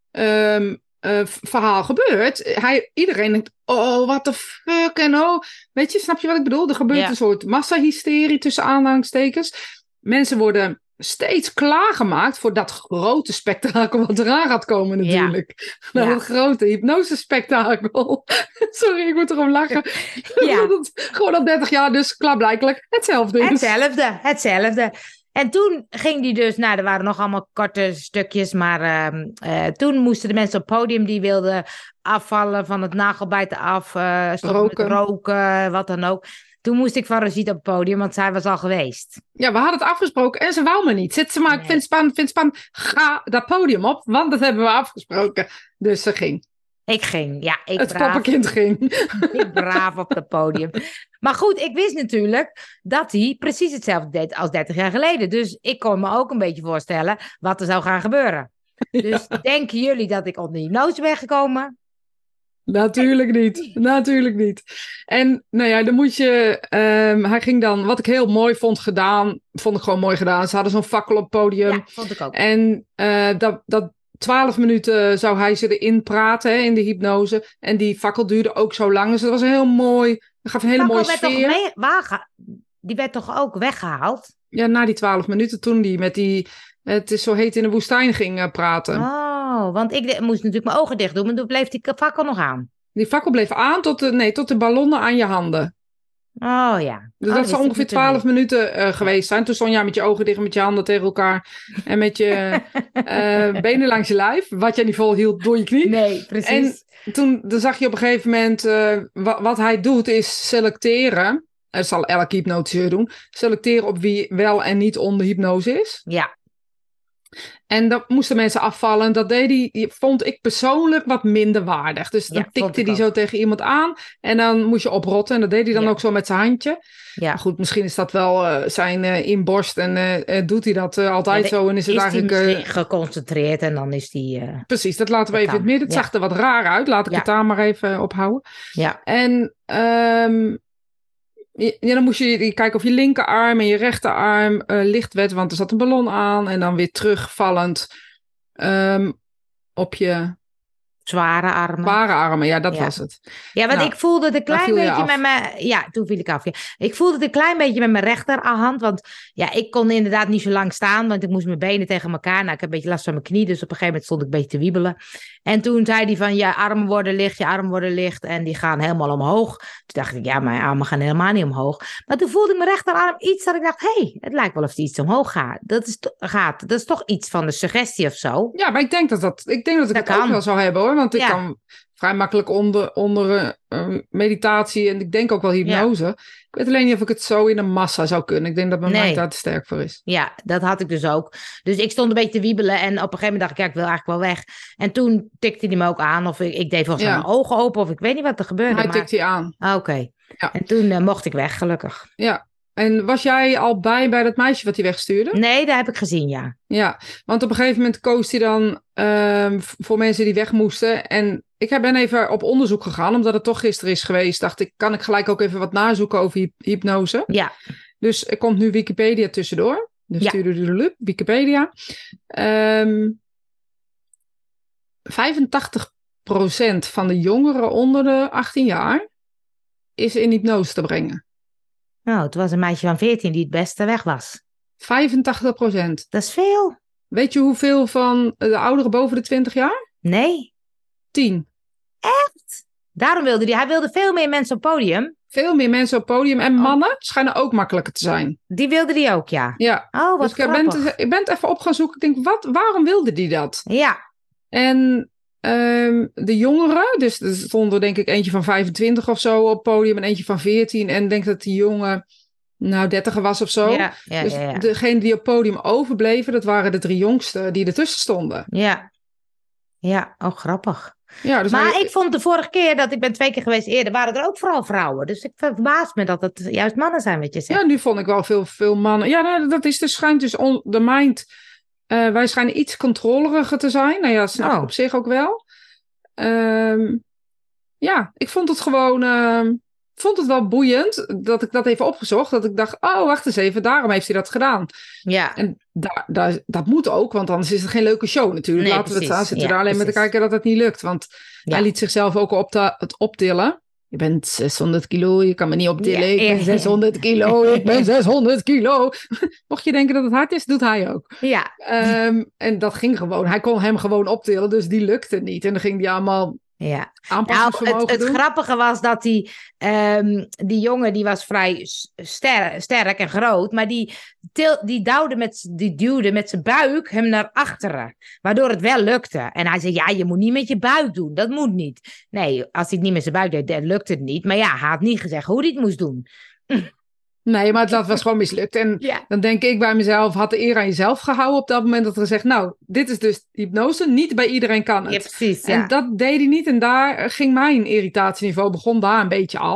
ehm, eh, v- verhaal gebeurt. Hij, iedereen denkt, oh, what the fuck. En oh, weet je, snap je wat ik bedoel? Er gebeurt Ja. een soort massahysterie tussen aanhalingstekens. Mensen worden steeds klaargemaakt voor dat grote spektakel wat eraan gaat komen Ja. natuurlijk. Nou, Ja. dat grote hypnose-spektakel. Sorry, ik moet erom lachen. Ja. Dat het gewoon al dertig jaar dus klaarblijkelijk hetzelfde is. hetzelfde, hetzelfde. En toen ging die dus, nou, er waren nog allemaal korte stukjes, maar ehm, eh, toen moesten de mensen op het podium die wilden afvallen van het nagelbijten af, eh stoppen Roken. met roken, wat dan ook. Toen moest ik van Rosita op het podium, want zij was al geweest. Ja, we hadden het afgesproken en ze wou me niet. Zit ze maar, ik Nee. vind het spannend, vind het spannend. Ga dat podium op, want dat hebben we afgesproken. Dus ze ging. Ik ging, ja, ik Het braaf. poppenkind ging. Ik braaf op het podium. Maar goed, ik wist natuurlijk dat hij precies hetzelfde deed als dertig jaar geleden. Dus ik kon me ook een beetje voorstellen wat er zou gaan gebeuren. Dus denken jullie dat ik onder hypnose ben gekomen? Natuurlijk niet. Natuurlijk niet. En nou ja, dan moet je... Um, hij ging dan... Wat ik heel mooi vond gedaan... Vond ik gewoon mooi gedaan. Ze hadden zo'n fakkel op het podium. Ja, vond ik ook. En uh, dat... dat Twaalf minuten zou hij ze erin praten, hè, in de hypnose. En die fakkel duurde ook zo lang. Dus dat was een heel mooi... Dat gaf een hele mooie werd sfeer. Toch mee, waar, die werd toch ook weggehaald? Ja, na die twaalf minuten toen die met die... Het is zo heet in de woestijn ging uh, praten. Oh, want ik de, moest natuurlijk mijn ogen dicht doen. Maar toen bleef die fakkel nog aan. Die fakkel bleef aan tot de, nee, tot de ballonnen aan je handen. Oh ja. Dus oh, dat zou ongeveer twaalf minuten uh, geweest zijn. Toen stond jij met je ogen dicht, met je handen tegen elkaar. En met je uh, benen langs je lijf. Wat jij niet volhield door je knie. Nee, precies. En toen dan zag je op een gegeven moment... Uh, wa- wat hij doet is selecteren. Dat zal elke hypnotiseur doen. Selecteren op wie wel en niet onder hypnose is. Ja. En dat moesten mensen afvallen. Dat deed hij, vond ik persoonlijk wat minder waardig. Dus dan Ja, tikte hij zo tegen iemand aan. En dan moest je oprotten. En dat deed hij dan ja. ook zo met zijn handje. Ja. Maar goed, misschien is dat wel uh, zijn uh, inborst. En uh, doet hij dat uh, altijd ja, zo. En is het is eigenlijk... Is Uh, geconcentreerd en dan is die... Uh, precies, dat laten we even in het midden. Het ja. zag er wat raar uit. Laat ik ja. het daar maar even ophouden. Ja. En... Um, Ja, dan moest je kijken of je linkerarm en je rechterarm uh, licht werd, want er zat een ballon aan. En dan weer terugvallend um, op je... Zware armen. Zware armen, ja, dat ja. was het. Ja, want nou, ik voelde het een klein beetje af. met mijn... Ja, toen viel ik af. Ja. Ik voelde het een klein beetje met mijn rechterhand. Want ja, ik kon inderdaad niet zo lang staan. Want ik moest mijn benen tegen elkaar. Nou, ik heb een beetje last van mijn knie. Dus op een gegeven moment stond ik een beetje te wiebelen. En toen zei hij van, je armen worden licht, je armen worden licht. En die gaan helemaal omhoog. Toen dacht ik, ja, mijn armen gaan helemaal niet omhoog. Maar toen voelde ik mijn rechterarm iets dat ik dacht, hé, hey, het lijkt wel of die iets omhoog gaat. Dat is, to- gaat. Dat is toch iets van de suggestie of zo. Ja, maar ik denk dat, dat, ik, denk dat ik Dat het kan. ook wel zou hebben hoor. Want ik Ja. kan vrij makkelijk onder, onder uh, meditatie en ik denk ook wel hypnose. Ja. Ik weet alleen niet of ik het zo in een massa zou kunnen. Ik denk dat mijn Nee. mind daar te sterk voor is. Ja, dat had ik dus ook. Dus ik stond een beetje te wiebelen en op een gegeven moment dacht ik, ja, ik wil eigenlijk wel weg. En toen tikte hij me ook aan of ik, ik deed volgens mij Ja. mijn ogen open of ik weet niet wat er gebeurde. Hij maar... tikte je aan. Ah, Oké. Okay. Ja. En toen uh, mocht ik weg, gelukkig. Ja. En was jij al bij bij dat meisje wat hij wegstuurde? Nee, dat heb ik gezien, ja. Ja, want op een gegeven moment koos hij dan um, voor mensen die weg moesten. En ik ben even op onderzoek gegaan, omdat het toch gisteren is geweest. Dacht ik, kan ik gelijk ook even wat nazoeken over hy- hypnose? Ja. Dus er komt nu Wikipedia tussendoor. Dus Ja. tuurlijk, Wikipedia. Um, vijfentachtig procent van de jongeren onder de achttien jaar is in hypnose te brengen. Nou, het was een meisje van veertien die het beste weg was. vijfentachtig procent. Dat is veel. Weet je hoeveel van de ouderen boven de twintig jaar? Nee. tien. Echt? Daarom wilde hij, hij wilde veel meer mensen op podium. Veel meer mensen op podium. En mannen schijnen ook makkelijker te zijn. Die wilde die ook, ja. Ja. Oh, wat dus ik ben, grappig. ik ben het even op gaan zoeken. Ik denk, wat, waarom wilde die dat? Ja. En um, de jongeren, dus er stond er denk ik eentje van vijfentwintig of zo op het podium en eentje van veertien. En ik denk dat die jongen nou dertiger was of zo. Ja, ja, dus ja, ja. degenen die op het podium overbleven, dat waren de drie jongsten die ertussen stonden. Ja. Ja, oh grappig. Ja, dus Maar hij, ik vond de vorige keer dat ik ben twee keer geweest eerder, waren er ook vooral vrouwen. Dus ik verbaas me dat het juist mannen zijn, wat je zegt. Ja, nu vond ik wel veel, veel mannen. Ja, nou, dat is dus, schijnt dus on, de mind. Uh, wij schijnen iets controleriger te zijn. Nou ja, dat snap ik Oh. op zich ook wel. Um, ja, ik vond het gewoon... Uh, vond het wel boeiend dat ik dat even opgezocht. Dat ik dacht, oh, wacht eens even, daarom heeft hij dat gedaan. Ja. En da, da, dat moet ook, want anders is het geen leuke show natuurlijk. Nee, Laten we het precies. staan. Zitten Ja, we daar alleen maar te precies. kijken dat het niet lukt. Want Ja. hij liet zichzelf ook op de, het optillen. Je bent zeshonderd kilo, je kan me niet optillen. Ja, ik ben ja. zeshonderd kilo, ik ben zeshonderd kilo. Mocht je denken dat het hard is, doet hij ook. Ja. Um, en dat ging gewoon. Hij kon hem gewoon optillen, dus die lukte niet. En dan ging hij allemaal Ja. aanpassingsvermogen Nou, het, het doen. grappige was dat die, um, die jongen, die was vrij ster, sterk en groot, maar die, til, die, duwde met, die duwde met zijn buik hem naar achteren, waardoor het wel lukte. En hij zei, ja, je moet niet met je buik doen, dat moet niet. Nee, als hij het niet met zijn buik deed, dan lukte het niet. Maar ja, hij had niet gezegd hoe hij het moest doen. Nee, maar dat was gewoon mislukt. En Ja. dan denk ik bij mezelf, had de eer aan jezelf gehouden op dat moment dat er gezegd, nou, dit is dus hypnose, niet bij iedereen kan het. Ja, precies, ja. En dat deed hij niet en daar ging mijn irritatieniveau, begon daar een beetje al.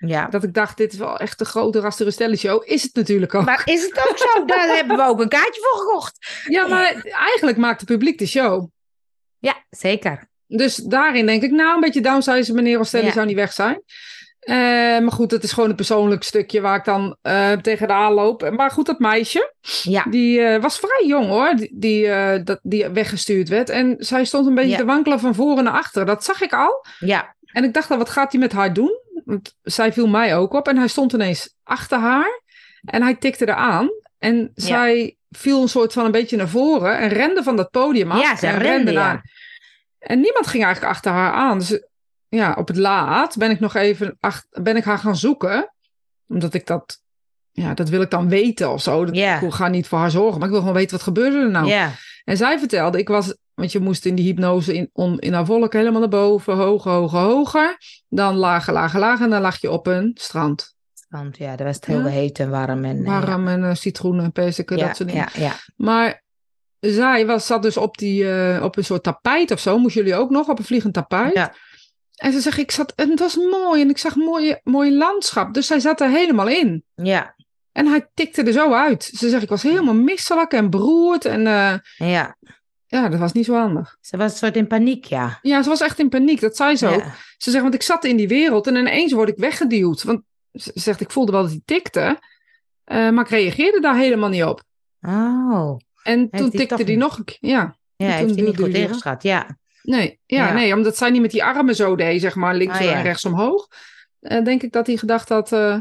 Ja. Dat ik dacht, dit is wel echt de grote Rasta Rustelli show. Is het natuurlijk ook. Maar is het ook zo? Daar hebben we ook een kaartje voor gekocht. Ja, maar eigenlijk maakt het publiek de show. Ja, zeker. Dus daarin denk ik, nou, een beetje downsize meneer Rostelli Ja. zou niet weg zijn. Uh, maar goed, het is gewoon een persoonlijk stukje waar ik dan uh, tegenaan loop. Maar goed, dat meisje, Ja. die uh, was vrij jong hoor, die, die, uh, dat, die weggestuurd werd. En zij stond een beetje Ja. te wankelen van voren naar achter. Dat zag ik al. Ja. En ik dacht dan, wat gaat hij met haar doen? Want zij viel mij ook op. En hij stond ineens achter haar. En hij tikte er aan. En Ja. zij viel een soort van een beetje naar voren. En rende van dat podium af. Ja, ze en rende, ja. naar. En niemand ging eigenlijk achter haar aan. Dus ja, op het laat ben ik nog even ach, ben ik haar gaan zoeken. Omdat ik dat, ja, dat wil ik dan weten of zo. Dat, Ja. Ik ga niet voor haar zorgen, maar ik wil gewoon weten wat gebeurde er nou. Ja. En zij vertelde, ik was, want je moest in die hypnose in, on, in haar wolk helemaal naar boven, hoger, hoger, hoger. Dan lager, lager, lager en dan lag je op een strand. Want ja, daar was het heel Ja. heet en warm. En, Warm en uh, citroenen en perziken, ja, dat soort dingen. ja, ja. Maar zij was, zat dus op, die, uh, op een soort tapijt of zo. Moesten jullie ook nog op een vliegend tapijt? Ja. En ze zegt, ik zat, en het was mooi en ik zag mooi, mooi landschap. Dus zij zat er helemaal in. Ja. En hij tikte er zo uit. Ze zegt, ik was helemaal misselijk en beroerd. En uh, Ja. ja, dat was niet zo handig. Ze was een soort in paniek, ja. Ja, ze was echt in paniek. Dat zei ze Ja. ook. Ze zegt, want ik zat in die wereld en ineens word ik weggeduwd. Want ze zegt, ik voelde wel dat hij tikte. Uh, maar ik reageerde daar helemaal niet op. Oh. En Heeft toen hij tikte toch hij niet- nog een keer. Ja. Ja, toen heeft hij niet duwde goed hij weer. ingeschat, ja. Nee, ja, Ja. nee, omdat zij niet met die armen zo deed, zeg maar, links Ah, ja. en rechts omhoog. Uh, denk ik dat hij gedacht had, uh,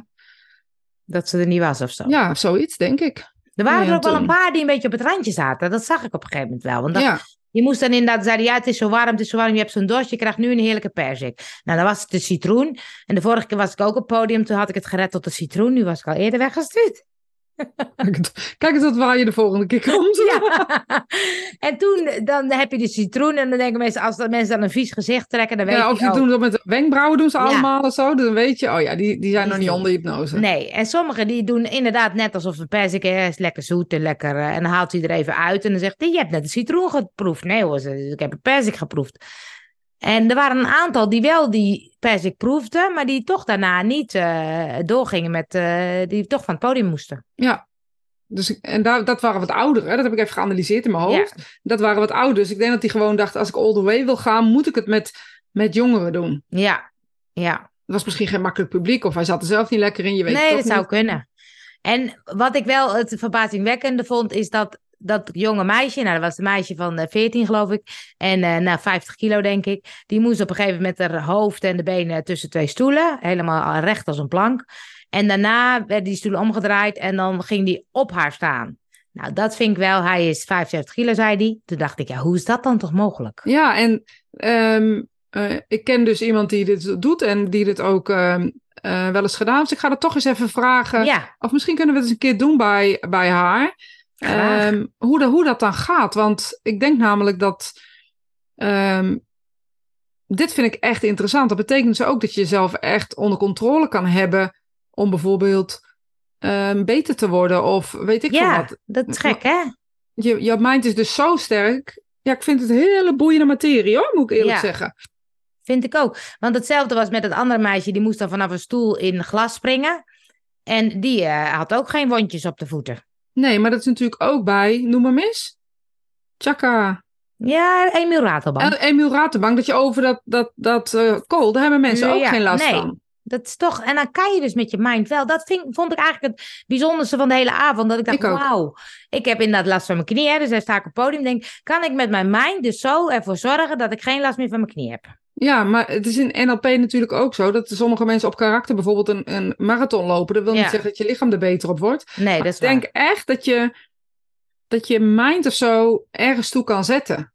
Dat ze er niet was of zo. ja, zoiets, denk ik. Er waren Ja, er ook wel toen- een paar die een beetje op het randje zaten. Dat zag ik op een gegeven moment wel. Want dat, Ja, je moest dan inderdaad zeggen, ja, het is zo warm, het is zo warm, je hebt zo'n dorst, je krijgt nu een heerlijke perzik. Nou, dan was het de citroen. En de vorige keer was ik ook op het podium, toen had ik het gered tot de citroen. Nu was ik al eerder weggestuurd. kijk eens wat waar je de volgende keer komt. Ja. En toen dan heb je de citroen en dan denken mensen, als dat mensen dan een vies gezicht trekken, dan weet Ja, je of je ook. doen dat met de wenkbrauwen, doen ze Ja. allemaal of zo. Dan weet je, oh ja, die, die zijn Die nog niet doen- onder hypnose. Nee, en sommigen die doen inderdaad net alsof de perzik is lekker zoet en lekker. eh, En dan haalt hij er even uit en dan zegt hij, je hebt net de citroen geproefd. Nee hoor, ze- ik heb een perzik geproefd. En er waren een aantal die wel die perzik proefden, maar die toch daarna niet eh, doorgingen met, eh, die toch van het podium moesten. Ja. Dus, ik- en daar, dat waren wat ouderen. Dat heb ik even geanalyseerd in mijn hoofd. Ja. Dat waren wat ouders. Dus ik denk dat die gewoon dacht, als ik all the way wil gaan, moet ik het met, met jongeren doen. Ja, ja. Het was misschien geen makkelijk publiek, of hij zat er zelf niet lekker in. Je weet Nee, het dat ook zou niet. kunnen. En wat ik wel het verbazingwekkende vond, is dat dat jonge meisje, nou dat was een meisje van eh, veertien geloof ik, en eh nou vijftig kilo denk ik, die moest op een gegeven moment met haar hoofd en de benen tussen twee stoelen, helemaal recht als een plank. En daarna werd die stoel omgedraaid en dan ging die op haar staan. Nou, dat vind ik wel, hij is vijfenzeventig kilo, zei hij. Toen dacht ik, ja, hoe is dat dan toch mogelijk? Ja, en ehm, eh, ik ken dus iemand die dit doet en die dit ook ehm, eh, wel eens gedaan. Dus ik ga dat toch eens even vragen. Ja, Of misschien kunnen we het eens een keer doen bij, bij haar. graag. Ehm, hoe, de, hoe dat dan gaat. Want ik denk namelijk dat... ehm, dit vind ik echt interessant. Dat betekent dus ook dat je jezelf echt onder controle kan hebben... om bijvoorbeeld ehm, beter te worden of weet ik veel ja, wat. dat is gek, hè? Je, je mind is dus zo sterk. Ja, ik vind het een hele boeiende materie hoor, moet ik eerlijk Ja. zeggen. Vind ik ook. Want hetzelfde was met het andere meisje, die moest dan vanaf een stoel in glas springen. En die eh, had ook geen wondjes op de voeten. Nee, maar dat is natuurlijk ook bij, noem maar mis, Chaka. Ja, Emiel Ratelband. En Emiel Ratenbank, dat je over dat, dat, dat uh, kool, daar hebben mensen ook Ja, geen last nee. van. Dat is toch, en dan kan je dus met je mind wel. Dat vind, vond ik eigenlijk het bijzonderste van de hele avond. Dat ik dacht, Ik ook. wauw. Ik heb inderdaad last van mijn knie. Hè, dus daar sta ik op het podium. Denk, kan ik met mijn mind dus zo ervoor zorgen dat ik geen last meer van mijn knie heb? Ja, maar het is in N L P natuurlijk ook zo dat sommige mensen op karakter bijvoorbeeld een, een marathon lopen. Dat wil Ja. niet zeggen dat je lichaam er beter op wordt. Nee, dat is Ik denk waar. echt dat je, dat je mind of zo ergens toe kan zetten.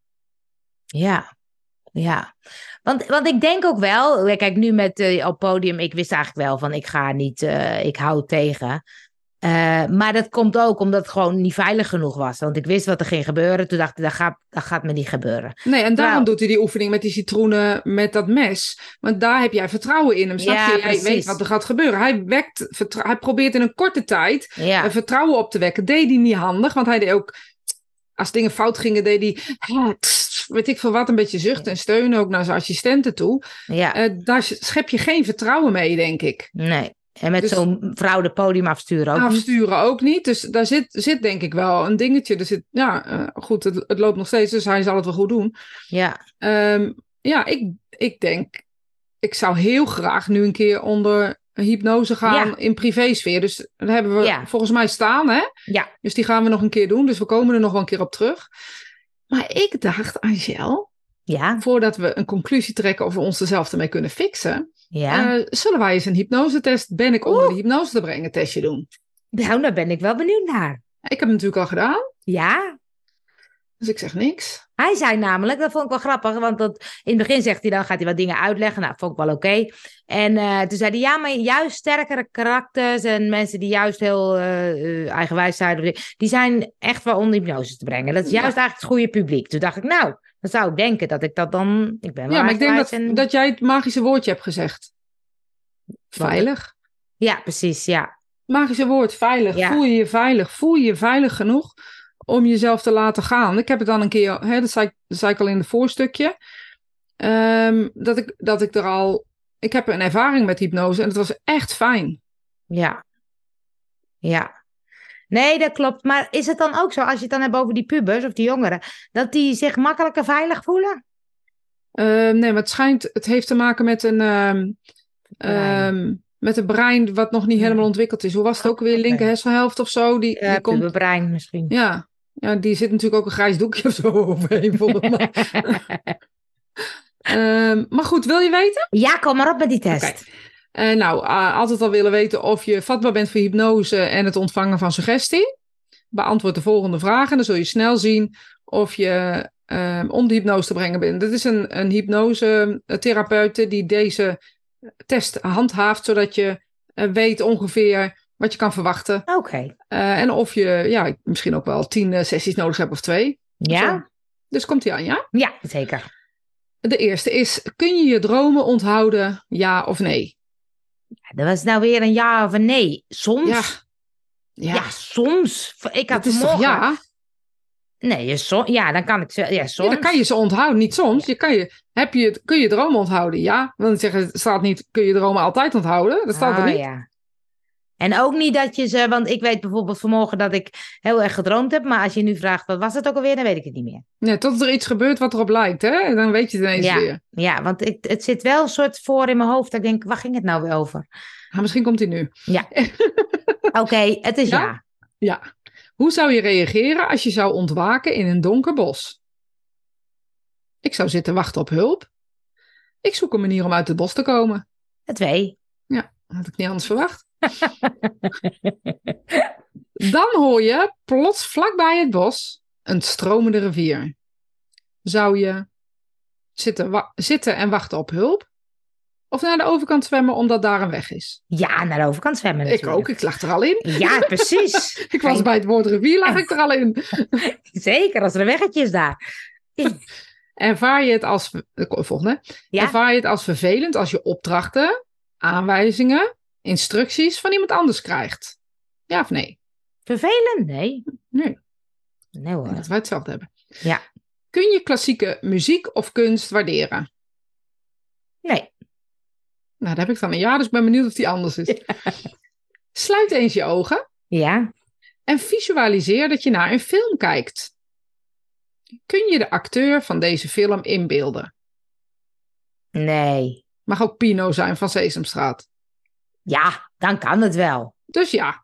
Ja, ja. Want, want ik denk ook wel, kijk nu met uh, op podium, ik wist eigenlijk wel van ik ga niet, uh, ik hou tegen. Uh, maar dat komt ook omdat het gewoon niet veilig genoeg was. Want ik wist wat er ging gebeuren. Toen dacht ik, dat gaat, dat gaat me niet gebeuren. Nee, en daarom Nou. doet hij die oefening met die citroenen met dat mes. Want daar heb jij vertrouwen in hem. Snap Ja, je? Jij precies. weet wat er gaat gebeuren. Hij, wekt vertrou- hij probeert in een korte tijd Ja, uh, vertrouwen op te wekken. Deed hij niet handig, want hij deed ook... Als dingen fout gingen, deed hij... weet ik veel wat, een beetje zucht en steunen ook naar zijn assistenten toe. Ja, Uh, daar schep je geen vertrouwen mee, denk ik. nee. En met Dus- zo'n vrouw de podium afsturen ook niet. Afsturen ook niet. Dus daar zit, zit denk ik wel een dingetje. Er zit, ja, uh, goed, het, het loopt nog steeds, dus hij zal het wel goed doen. Ja, Um, ja, ik, ik denk, ik zou heel graag nu een keer onder hypnose gaan Ja. in privésfeer. Dus dat hebben we Ja. volgens mij staan, hè? ja. Dus die gaan we nog een keer doen. Dus we komen er nog wel een keer op terug. Maar ik dacht, Angel, Ja, voordat we een conclusie trekken of we ons er zelf ermee kunnen fixen, ja. uh, zullen wij eens een hypnosetest, ben ik onder Oeh. de hypnose te brengen, testje doen. Nou, daar ben ik wel benieuwd naar. Ik heb het natuurlijk al gedaan, Ja, dus ik zeg niks. hij zei namelijk, dat vond ik wel grappig, want dat, in het begin zegt hij dan, gaat hij wat dingen uitleggen. Nou, vond ik wel oké. En eh, toen zei hij, ja, maar juist sterkere karakters en mensen die juist heel eh, eh, eigenwijs zijn, die zijn echt wel onder hypnose te brengen. Dat is Ja. juist eigenlijk het goede publiek. Toen dacht ik, nou, dan zou ik denken dat ik dat dan, ik ben wel Ja, maar ik denk dat, eigenwijs en- dat jij het magische woordje hebt gezegd. Veilig. Ja, precies, ja. Magische woord, veilig. Ja. Voel je je veilig? Voel je je veilig genoeg om jezelf te laten gaan? Ik heb het dan een keer, hè, dat, zei ik, dat zei ik al in het voorstukje, ehm, dat, ik, dat ik er al... Ik heb een ervaring met hypnose en het was echt fijn. Ja. Ja. Nee, dat klopt. Maar is het dan ook zo, als je het dan hebt over die pubers of die jongeren, dat die zich makkelijker veilig voelen? Ehm, nee, maar het schijnt, het heeft te maken met een, ehm, Brein. ehm, met een brein wat nog niet Ja. helemaal ontwikkeld is. Hoe was het ook weer? Oké. Linker hersenhelft of zo? Die, Ja, die komt, puberbrein misschien. ja. ja, die zit natuurlijk ook een grijs doekje of zo overheen, volgens mij. Ehm, maar goed, wil je weten? Ja, kom maar op met die test. Oké. Eh, nou, uh, altijd al willen weten of je vatbaar bent voor hypnose en het ontvangen van suggestie. Beantwoord de volgende vragen en dan zul je snel zien of je uh, om de hypnose te brengen bent. Dit is een, een hypnosetherapeute die deze test handhaaft, zodat je uh, weet ongeveer wat je kan verwachten. Oké. Uh, en of je ja, misschien ook wel tien uh, sessies nodig hebt of twee. Ja? Zo. Dus komt ie aan, ja? Ja, zeker. De eerste is, kun je je dromen onthouden, ja of nee? Dat was nou weer een ja of een nee. Soms. Ja. Ja, Ja, soms. Ik had het is toch vanmorgen... ja? Nee, je som... ja, dan kan ik ze... Ja, soms. Ja, dan kan je ze onthouden, niet soms. Je kan je, heb je, kun je dromen onthouden? Ja, want ik zeg, het staat niet, kun je dromen altijd onthouden? Dat staat er Oh, niet. ja. En ook niet dat je ze... Want ik weet bijvoorbeeld vanmorgen dat ik heel erg gedroomd heb. Maar als je nu vraagt, wat was het ook alweer? Dan weet ik het niet meer. Nee, tot er iets gebeurt wat erop lijkt, hè? En dan weet je het ineens Ja. weer. Ja, want ik, het zit wel een soort voor in mijn hoofd. Dat ik denk, waar ging het nou weer over? Ah, misschien komt hij nu. Oké, het is Ja? ja. Ja. Hoe zou je reageren als je zou ontwaken in een donker bos? Ik zou zitten wachten op hulp. Ik zoek een manier om uit het bos te komen. Twee. Had ik niet anders verwacht. Dan hoor je plots vlakbij het bos een stromende rivier. Zou je zitten, wa- zitten en wachten op hulp? Of naar de overkant zwemmen omdat daar een weg is? Ja, naar de overkant zwemmen Ik natuurlijk. ook, ik lag er al in. Ja, precies. Ik was bij het woord rivier, lag ik er al in. Zeker, als er een weggetje is daar. Ervaar je het als, volgende, Ja? ervaar je het als vervelend als je opdrachten, aanwijzingen, instructies van iemand anders krijgt? Ja of nee? Vervelend? Nee. Nee, Nee hoor. dat wij hetzelfde hebben. Ja. Kun je klassieke muziek of kunst waarderen? Nee. Nou, daar heb ik dan een ja, dus ik ben benieuwd of die anders is. Sluit eens je ogen Ja? en visualiseer dat je naar een film kijkt. Kun je de acteur van deze film inbeelden? Nee. Mag ook Pino zijn van Sesamstraat. Ja, dan kan het wel. Dus ja,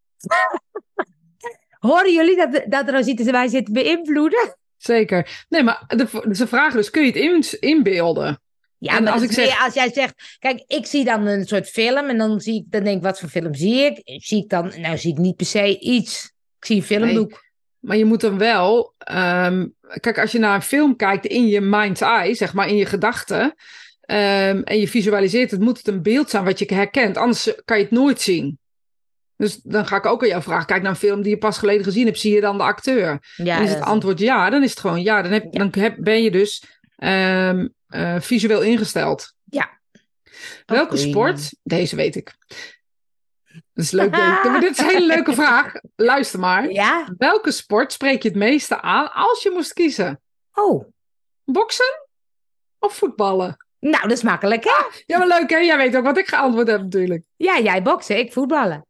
Horen jullie dat, dat Rosita mij zit te beïnvloeden? zeker. Nee, maar de, ze vragen dus, kun je het in, inbeelden? Ja, En maar als als, ik zeg- als jij zegt... Kijk, ik zie dan een soort film en dan zie ik... Dan denk ik, wat voor film zie ik? Zie ik dan... Nou, zie ik niet per se iets. Ik zie een filmdoek. Maar je moet dan wel... ehm, kijk, als je naar een film kijkt in je mind's eye, zeg maar, in je gedachten, ehm, en je visualiseert het, moet het een beeld zijn wat je herkent. Anders kan je het nooit zien. Dus dan ga ik ook aan jou vragen, kijk naar een film die je pas geleden gezien hebt, zie je dan de acteur? Ja, en is dat het antwoord ja, dan is het gewoon ja. Dan, heb, Ja. dan heb, ben je dus ehm, eh, visueel ingesteld. Ja. Welke Oké. sport? Deze weet ik. Dat is leuk. Denk ik. Maar dit is een hele leuke vraag. Luister maar. Ja? Welke sport spreek je het meeste aan als je moest kiezen? Oh. Boksen of voetballen? Nou, dat is makkelijk, hè? Ja, maar leuk hè? Jij weet ook wat ik geantwoord heb natuurlijk. Ja, jij boksen, ik voetballen.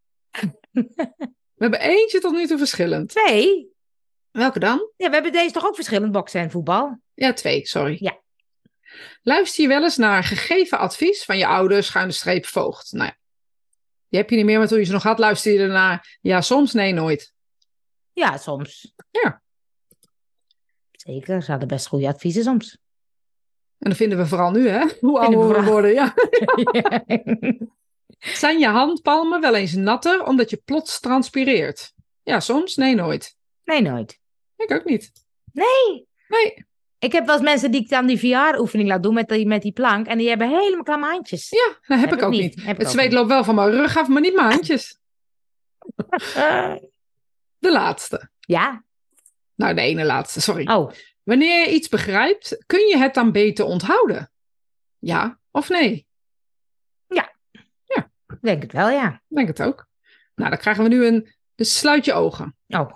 We hebben eentje tot nu toe verschillend. Twee? Welke dan? Ja, we hebben deze toch ook verschillend, boksen en voetbal? Ja, twee, sorry. Ja. Luister je wel eens naar gegeven advies van je oude schuine streep voogd? Nou ja, die heb je niet meer, maar toen je ze nog had, luister je ernaar. Ja, soms, nee, nooit. Ja, soms. Ja. Zeker, ze hadden best goede adviezen soms. En dat vinden we vooral nu, hè? Hoe ouder we vooral. worden, ja. Zijn je handpalmen wel eens natter omdat je plots transpireert? Ja, soms, nee, nooit. Nee, nooit. Ik ook niet. Nee. Nee. Ik heb wel eens mensen die ik dan die V R-oefening laat doen met die, met die plank. En die hebben helemaal klamme handjes. Ja, dat heb, Heb ik ik ook niet. niet. Heb ik Het ook zweet niet. loopt wel van mijn rug af, maar niet mijn handjes. Uh, De laatste. ja. Nou, de ene laatste, sorry. Oh. Wanneer je iets begrijpt, kun je het dan beter onthouden? Ja of nee? Denk het wel, ja. Ik denk het ook. Nou, dan krijgen we nu een... Dus sluit je ogen. Oh.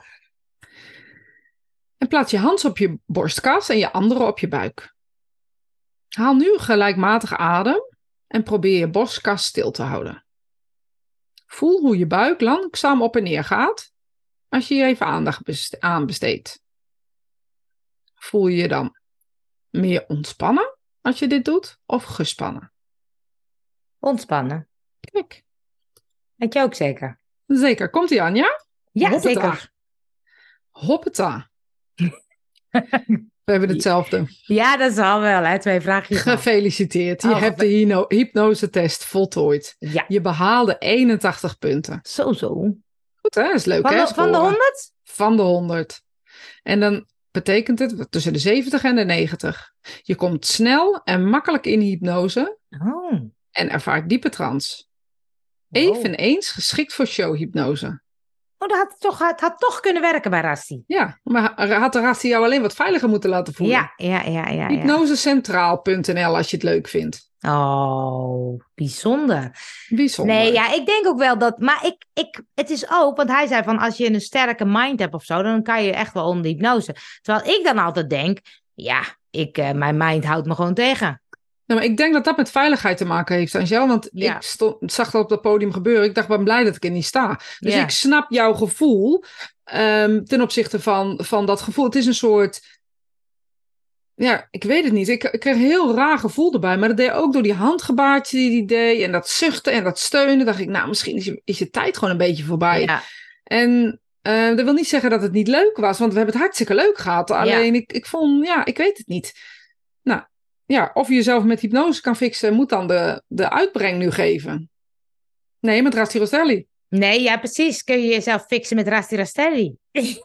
En plaats je hand op je borstkas en je andere op je buik. Haal nu gelijkmatig adem en probeer je borstkas stil te houden. Voel hoe je buik langzaam op en neer gaat als je hier even aandacht beste- aan besteedt. Voel je je dan meer ontspannen als je dit doet of gespannen? Ontspannen. Kijk, Weet je ook zeker? zeker. Komt-ie aan, ja? Ja, Hoppata. zeker. Hoppata. We hebben hetzelfde. Ja, dat zal wel, hè. Twee vraagjes. nog. Gefeliciteerd. Je Oh, hebt de hyno- hypnosetest voltooid. Ja. Je behaalde eenentachtig punten. Zo, zo. Goed hè? Dat is leuk Van hè? de, van de scoren. honderd? Van de honderd. En dan betekent het tussen de zeventig en de negentig. Je komt snel en makkelijk in hypnose Oh. en ervaart diepe trance. Wow. Eveneens geschikt voor showhypnose. Oh, dat had toch, het had toch kunnen werken bij Rasti. Ja, maar had de Rastie jou alleen wat veiliger moeten laten voelen? Ja, ja, ja, ja. ja. hypnosecentraal punt n l als je het leuk vindt. Oh, bijzonder. Bijzonder. Nee, ja, ik denk ook wel dat... Maar ik, ik, het is ook, want hij zei van als je een sterke mind hebt of zo, dan kan je echt wel onder hypnose. Terwijl ik dan altijd denk, ja, ik, uh, mijn mind houdt me gewoon tegen. Ja, maar ik denk dat dat met veiligheid te maken heeft, Angel. Want Ja. ik stond, zag dat op dat podium gebeuren. Ik dacht, ik ben blij dat ik er niet sta. Dus Ja. ik snap jouw gevoel um, ten opzichte van, van dat gevoel. Het is een soort... Ja, ik weet het niet. Ik, ik kreeg een heel raar gevoel erbij. Maar dat deed ook door die handgebaartjes die hij deed. En dat zuchten en dat steunen. Dacht ik, nou, misschien is je, is je tijd gewoon een beetje voorbij. Ja. En uh, dat wil niet zeggen dat het niet leuk was. Want we hebben het hartstikke leuk gehad. Alleen Ja. ik, ik vond, ja, ik weet het niet. Nou, ja, of je jezelf met hypnose kan fixen, moet dan de, de uitbreng nu geven. Nee, met Rasti Rostelli. Nee, ja, precies. Kun je jezelf fixen met Rasti Rastelli?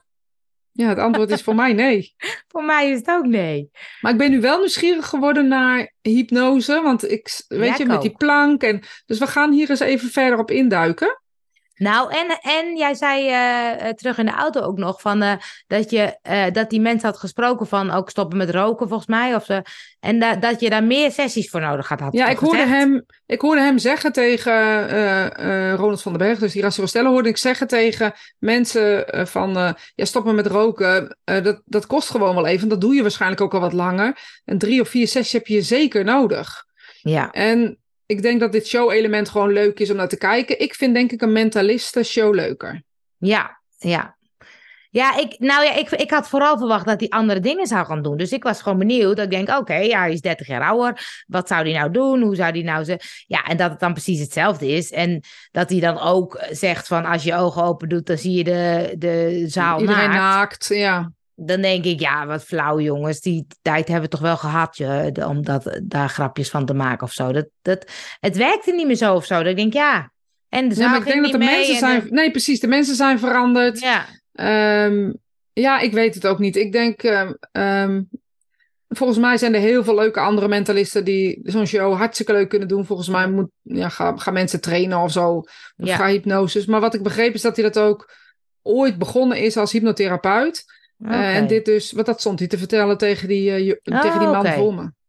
Ja, het antwoord is voor mij nee. Voor mij is het ook nee. Maar ik ben nu wel nieuwsgierig geworden naar hypnose. Want ik, weet Ja, je, ik met ook. die plank. En, dus we gaan hier eens even verder op induiken. Nou, en, en jij zei uh, terug in de auto ook nog van, uh, dat, je, uh, dat die mensen had gesproken van ook stoppen met roken volgens mij. Of zo, en da- dat je daar meer sessies voor nodig had. had Ja, toch ik hoorde, gezegd? hem, ik hoorde hem zeggen tegen uh, uh, Ronald van den Berg, dus die Rasti Rostelli, hoorde ik zeggen tegen mensen uh, van, uh, ja, stoppen met roken, uh, dat, dat kost gewoon wel even. Dat doe je waarschijnlijk ook al wat langer. En drie of vier sessies heb je zeker nodig. Ja. En ik denk dat dit show-element gewoon leuk is om naar te kijken. Ik vind denk ik een mentalisten-show leuker. Ja, ja. Ja, ik, nou ja, ik, ik had vooral verwacht dat hij andere dingen zou gaan doen. Dus ik was gewoon benieuwd. Dat ik denk, oké, okay, ja, hij is dertig jaar ouder. Wat zou hij nou doen? Hoe zou hij nou... Ze... Ja, en dat het dan precies hetzelfde is. En dat hij dan ook zegt van, als je je ogen open doet, dan zie je de, de zaal Iedereen naakt. naakt, ja. Dan denk ik, ja, wat flauw jongens. Die tijd hebben we toch wel gehad, je, de- om dat, daar grapjes van te maken of zo. Dat, dat, het werkte niet meer zo of zo. Dat ik denk, ja. En de zaal Ja, maar ik ging denk dat niet de mee mensen en zijn... de- Nee, precies. De mensen zijn veranderd. Ja, Um, ja, ik weet het ook niet. Ik denk... Um, um, volgens mij zijn er heel veel leuke andere mentalisten die zo'n show hartstikke leuk kunnen doen. Volgens mij moet, ja, gaan, gaan mensen trainen of zo. Of Ja. gaan hypnoses. Maar wat ik begreep is dat hij dat ook ooit begonnen is als hypnotherapeut. oké. Uh, en dit dus... Want dat stond hij te vertellen tegen die, uh, jo- Oh, tegen die man oké. voor me.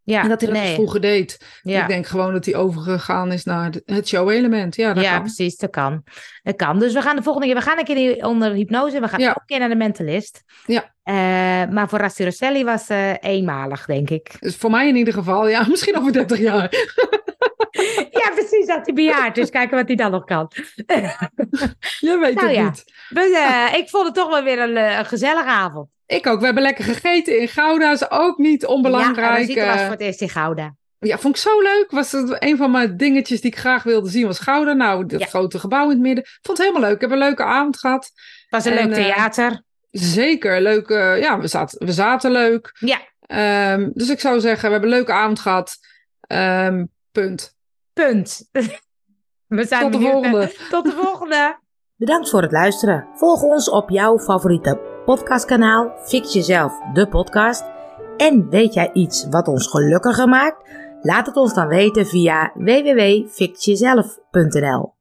Ja, En dat hij dat nee. dus vroeger deed. Ja. Ik denk gewoon dat hij overgegaan is naar de- het show-element. Ja, dat ja, kan. precies, dat kan. Dat kan. Dus we gaan de volgende keer, we gaan een keer onder hypnose en we gaan Ja. ook een keer naar de mentalist. Ja. Uh, maar voor Rusty Rostelli was uh, eenmalig, denk ik. Dus voor mij in ieder geval, ja, misschien over dertig jaar. Ja, precies, dat hij bejaard is. Kijken wat hij dan nog kan. Je weet nou, het ja. niet. Dus uh, ik vond het toch wel weer een, een gezellige avond. Ik ook. We hebben lekker gegeten in Gouda. Is ook niet onbelangrijk. Ja, was voor het eerst in Gouda. Ja, vond ik zo leuk. Was het een van mijn dingetjes die ik graag wilde zien was Gouda. Nou, dat ja. grote gebouw in het midden. Vond het helemaal leuk. Ik heb een leuke avond gehad. Het was een en, leuk theater. Uh, zeker. Leuk. Uh, ja, we zaten, we zaten leuk. Ja. Um, dus ik zou zeggen, we hebben een leuke avond gehad. Um, punt. Punt. We zijn Tot de benieuwd. volgende. Tot de volgende. Bedankt voor het luisteren. Volg ons op jouw favoriete podcastkanaal. Fix jezelf, de podcast. En weet jij iets wat ons gelukkiger maakt? Laat het ons dan weten via w w w punt fix jezelf punt n l.